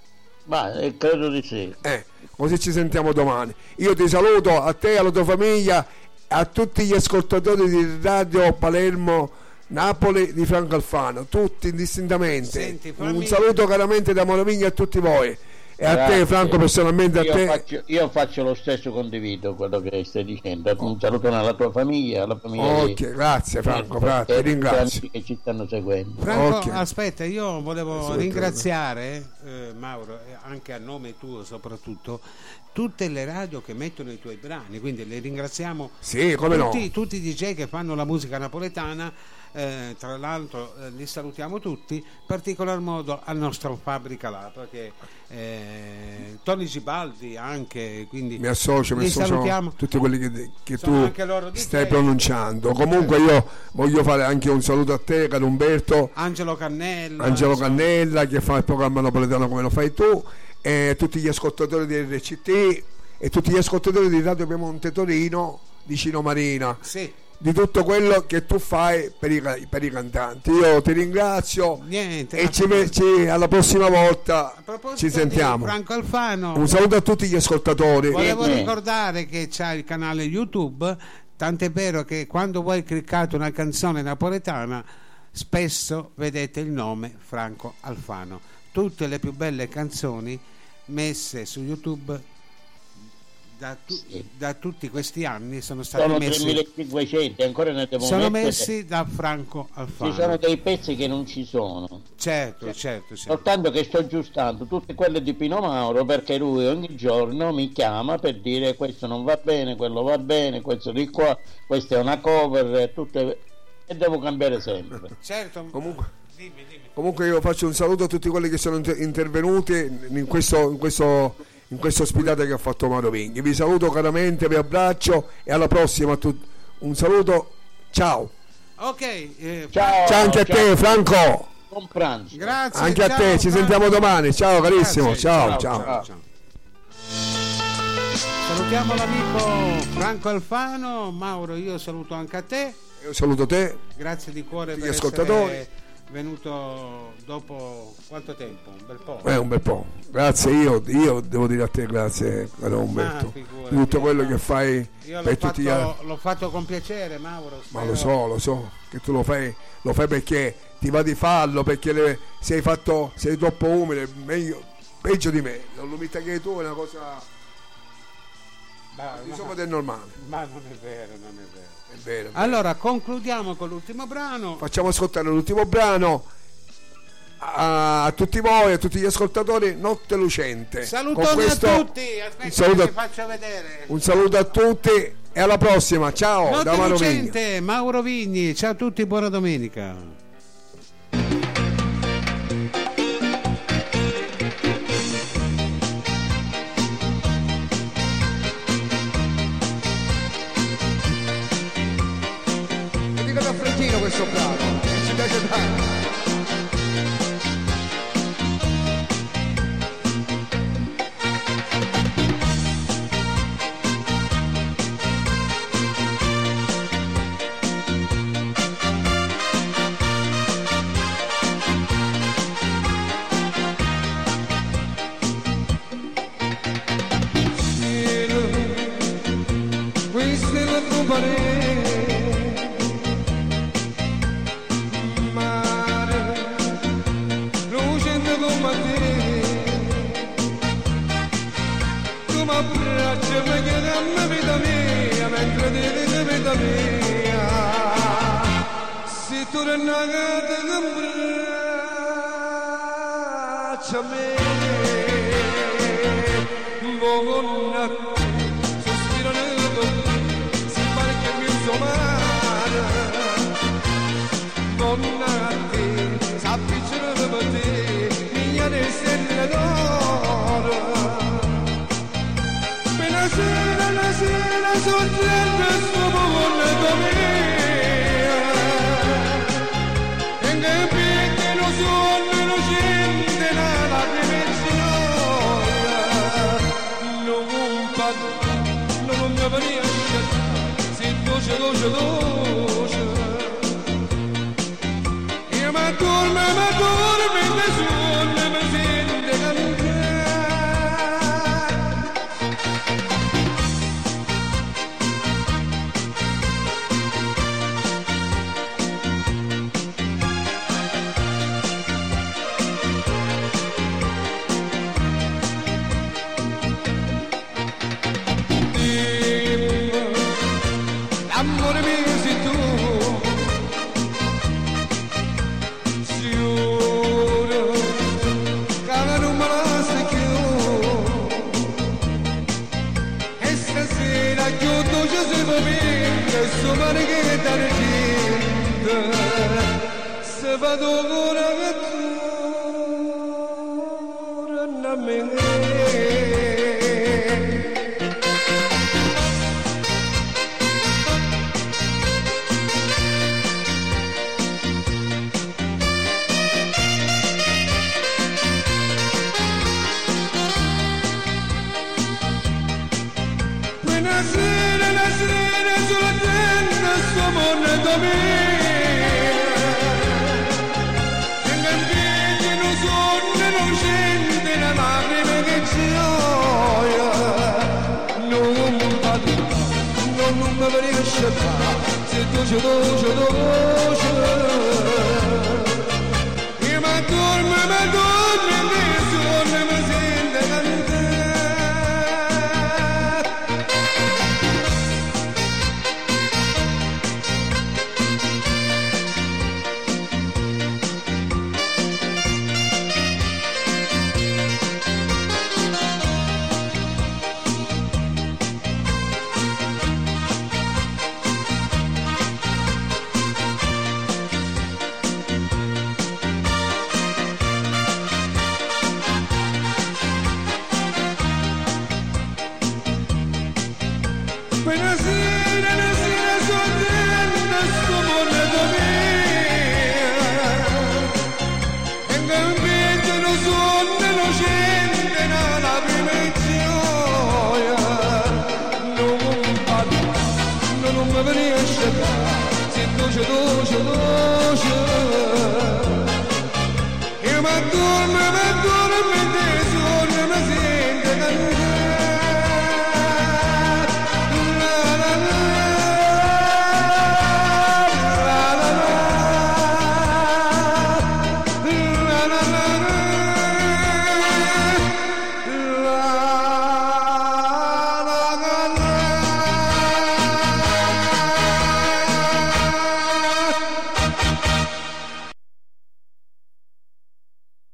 Ma eh, credo di sì. Eh, così ci sentiamo domani. Io ti saluto a te, alla tua famiglia, a tutti gli ascoltatori di Radio Palermo Napoli di Franco Alfano, tutti indistintamente. Senti, Un fammi- saluto caramente da Moraviglia a tutti voi. E a Grazie. te Franco personalmente, a Io te. faccio, io faccio lo stesso, condivido quello che stai dicendo. Un saluto alla tua famiglia, alla famiglia Ok, di- grazie Franco, e- grazie, e ti ringrazio. tutti che ci stanno seguendo. Franco, Ok. aspetta, io volevo Aspetta. ringraziare eh, Mauro, e anche a nome tuo soprattutto, tutte le radio che mettono i tuoi brani, quindi le ringraziamo. Sì, come no. tutti, tutti i D J che fanno la musica napoletana, eh, tra l'altro eh, li salutiamo tutti, in particolar modo al nostro Fabbrica là, perché eh, Tony Gibaldi anche, quindi Mi associo, mi li associo salutiamo. a tutti quelli che, che Sono tu anche loro D J. stai pronunciando. Comunque io voglio fare anche un saluto a te, caro Umberto, Angelo Cannella, Angelo insomma. Cannella che fa il programma napoletano come lo fai tu, e tutti gli ascoltatori di R C T e tutti gli ascoltatori di Radio Piemonte Torino di Cino Marina, Sì. di tutto quello che tu fai per i, ca- per i cantanti. Io ti ringrazio Niente, e a ci, ve- ci- alla prossima volta A proposito ci sentiamo. di Franco Alfano, Un saluto a tutti gli ascoltatori. volevo Sì. ricordare che c'ha il canale YouTube, tant'è vero che quando voi cliccate una canzone napoletana spesso vedete il nome Franco Alfano. Tutte le più belle canzoni messe su YouTube da, tu- Sì. da tutti questi anni sono state Sono messi, tremilacinquecento, ancora ne devo sono mettere. messi da Franco Ci Alfano. sono dei pezzi che non ci sono. Certo, certo, certo. Soltanto che sto aggiustando tutte quelle di Pino Mauro, perché lui ogni giorno mi chiama per dire questo non va bene, quello va bene, questo di qua, questa è una cover, tutte... e devo cambiare sempre. Certo. Comunque, Dimmi, dimmi. comunque io faccio un saluto a tutti quelli che sono inter- intervenuti in questo, in questo in questa ospitata che ha fatto Mauro Vinghi. Vi saluto caramente, vi abbraccio e alla prossima a tutti. Un saluto, ciao. Ok, eh, Ciao, Ciao anche a te Franco, Buon pranzo. grazie. anche a ciao, te, ci Franco. sentiamo domani. Ciao carissimo, Grazie, ciao, ciao, ciao. ciao. Salutiamo l'amico Franco Alfano. Mauro, io saluto anche a te. Io saluto te, Grazie di cuore Gli per ascoltatori. essere venuto dopo quanto tempo? Un bel po'. è un bel po'. Grazie, io, io devo dire a te grazie, caro Umberto, figurati, di tutto quello ma- che fai Io l'ho per tutti gli altri. fatto, l'ho fatto con piacere, Mauro. Ma spero- lo so, lo so, che tu lo fai, lo fai perché ti va di farlo, perché le- sei fatto, sei troppo umile, meglio, peggio di me. L'umiltà che hai tu è una cosa Ma, insomma ma- del normale. ma non è vero, non è vero. È vero. Allora, concludiamo con l'ultimo brano. Facciamo ascoltare l'ultimo brano a, a tutti voi, a tutti gli ascoltatori, Notte Lucente. Salutoni Con questo, a tutti. Aspetta un saluto, che ti faccio vedere. un saluto a tutti e alla prossima. Ciao da Notte Mauro Vigna. Lucente, Mauro Vigni. Ciao a tutti, buona domenica. Dedicate a Frettino questo brano, che ci piace tanto. non mi riesce a fare, se tu ci do, ci do, ci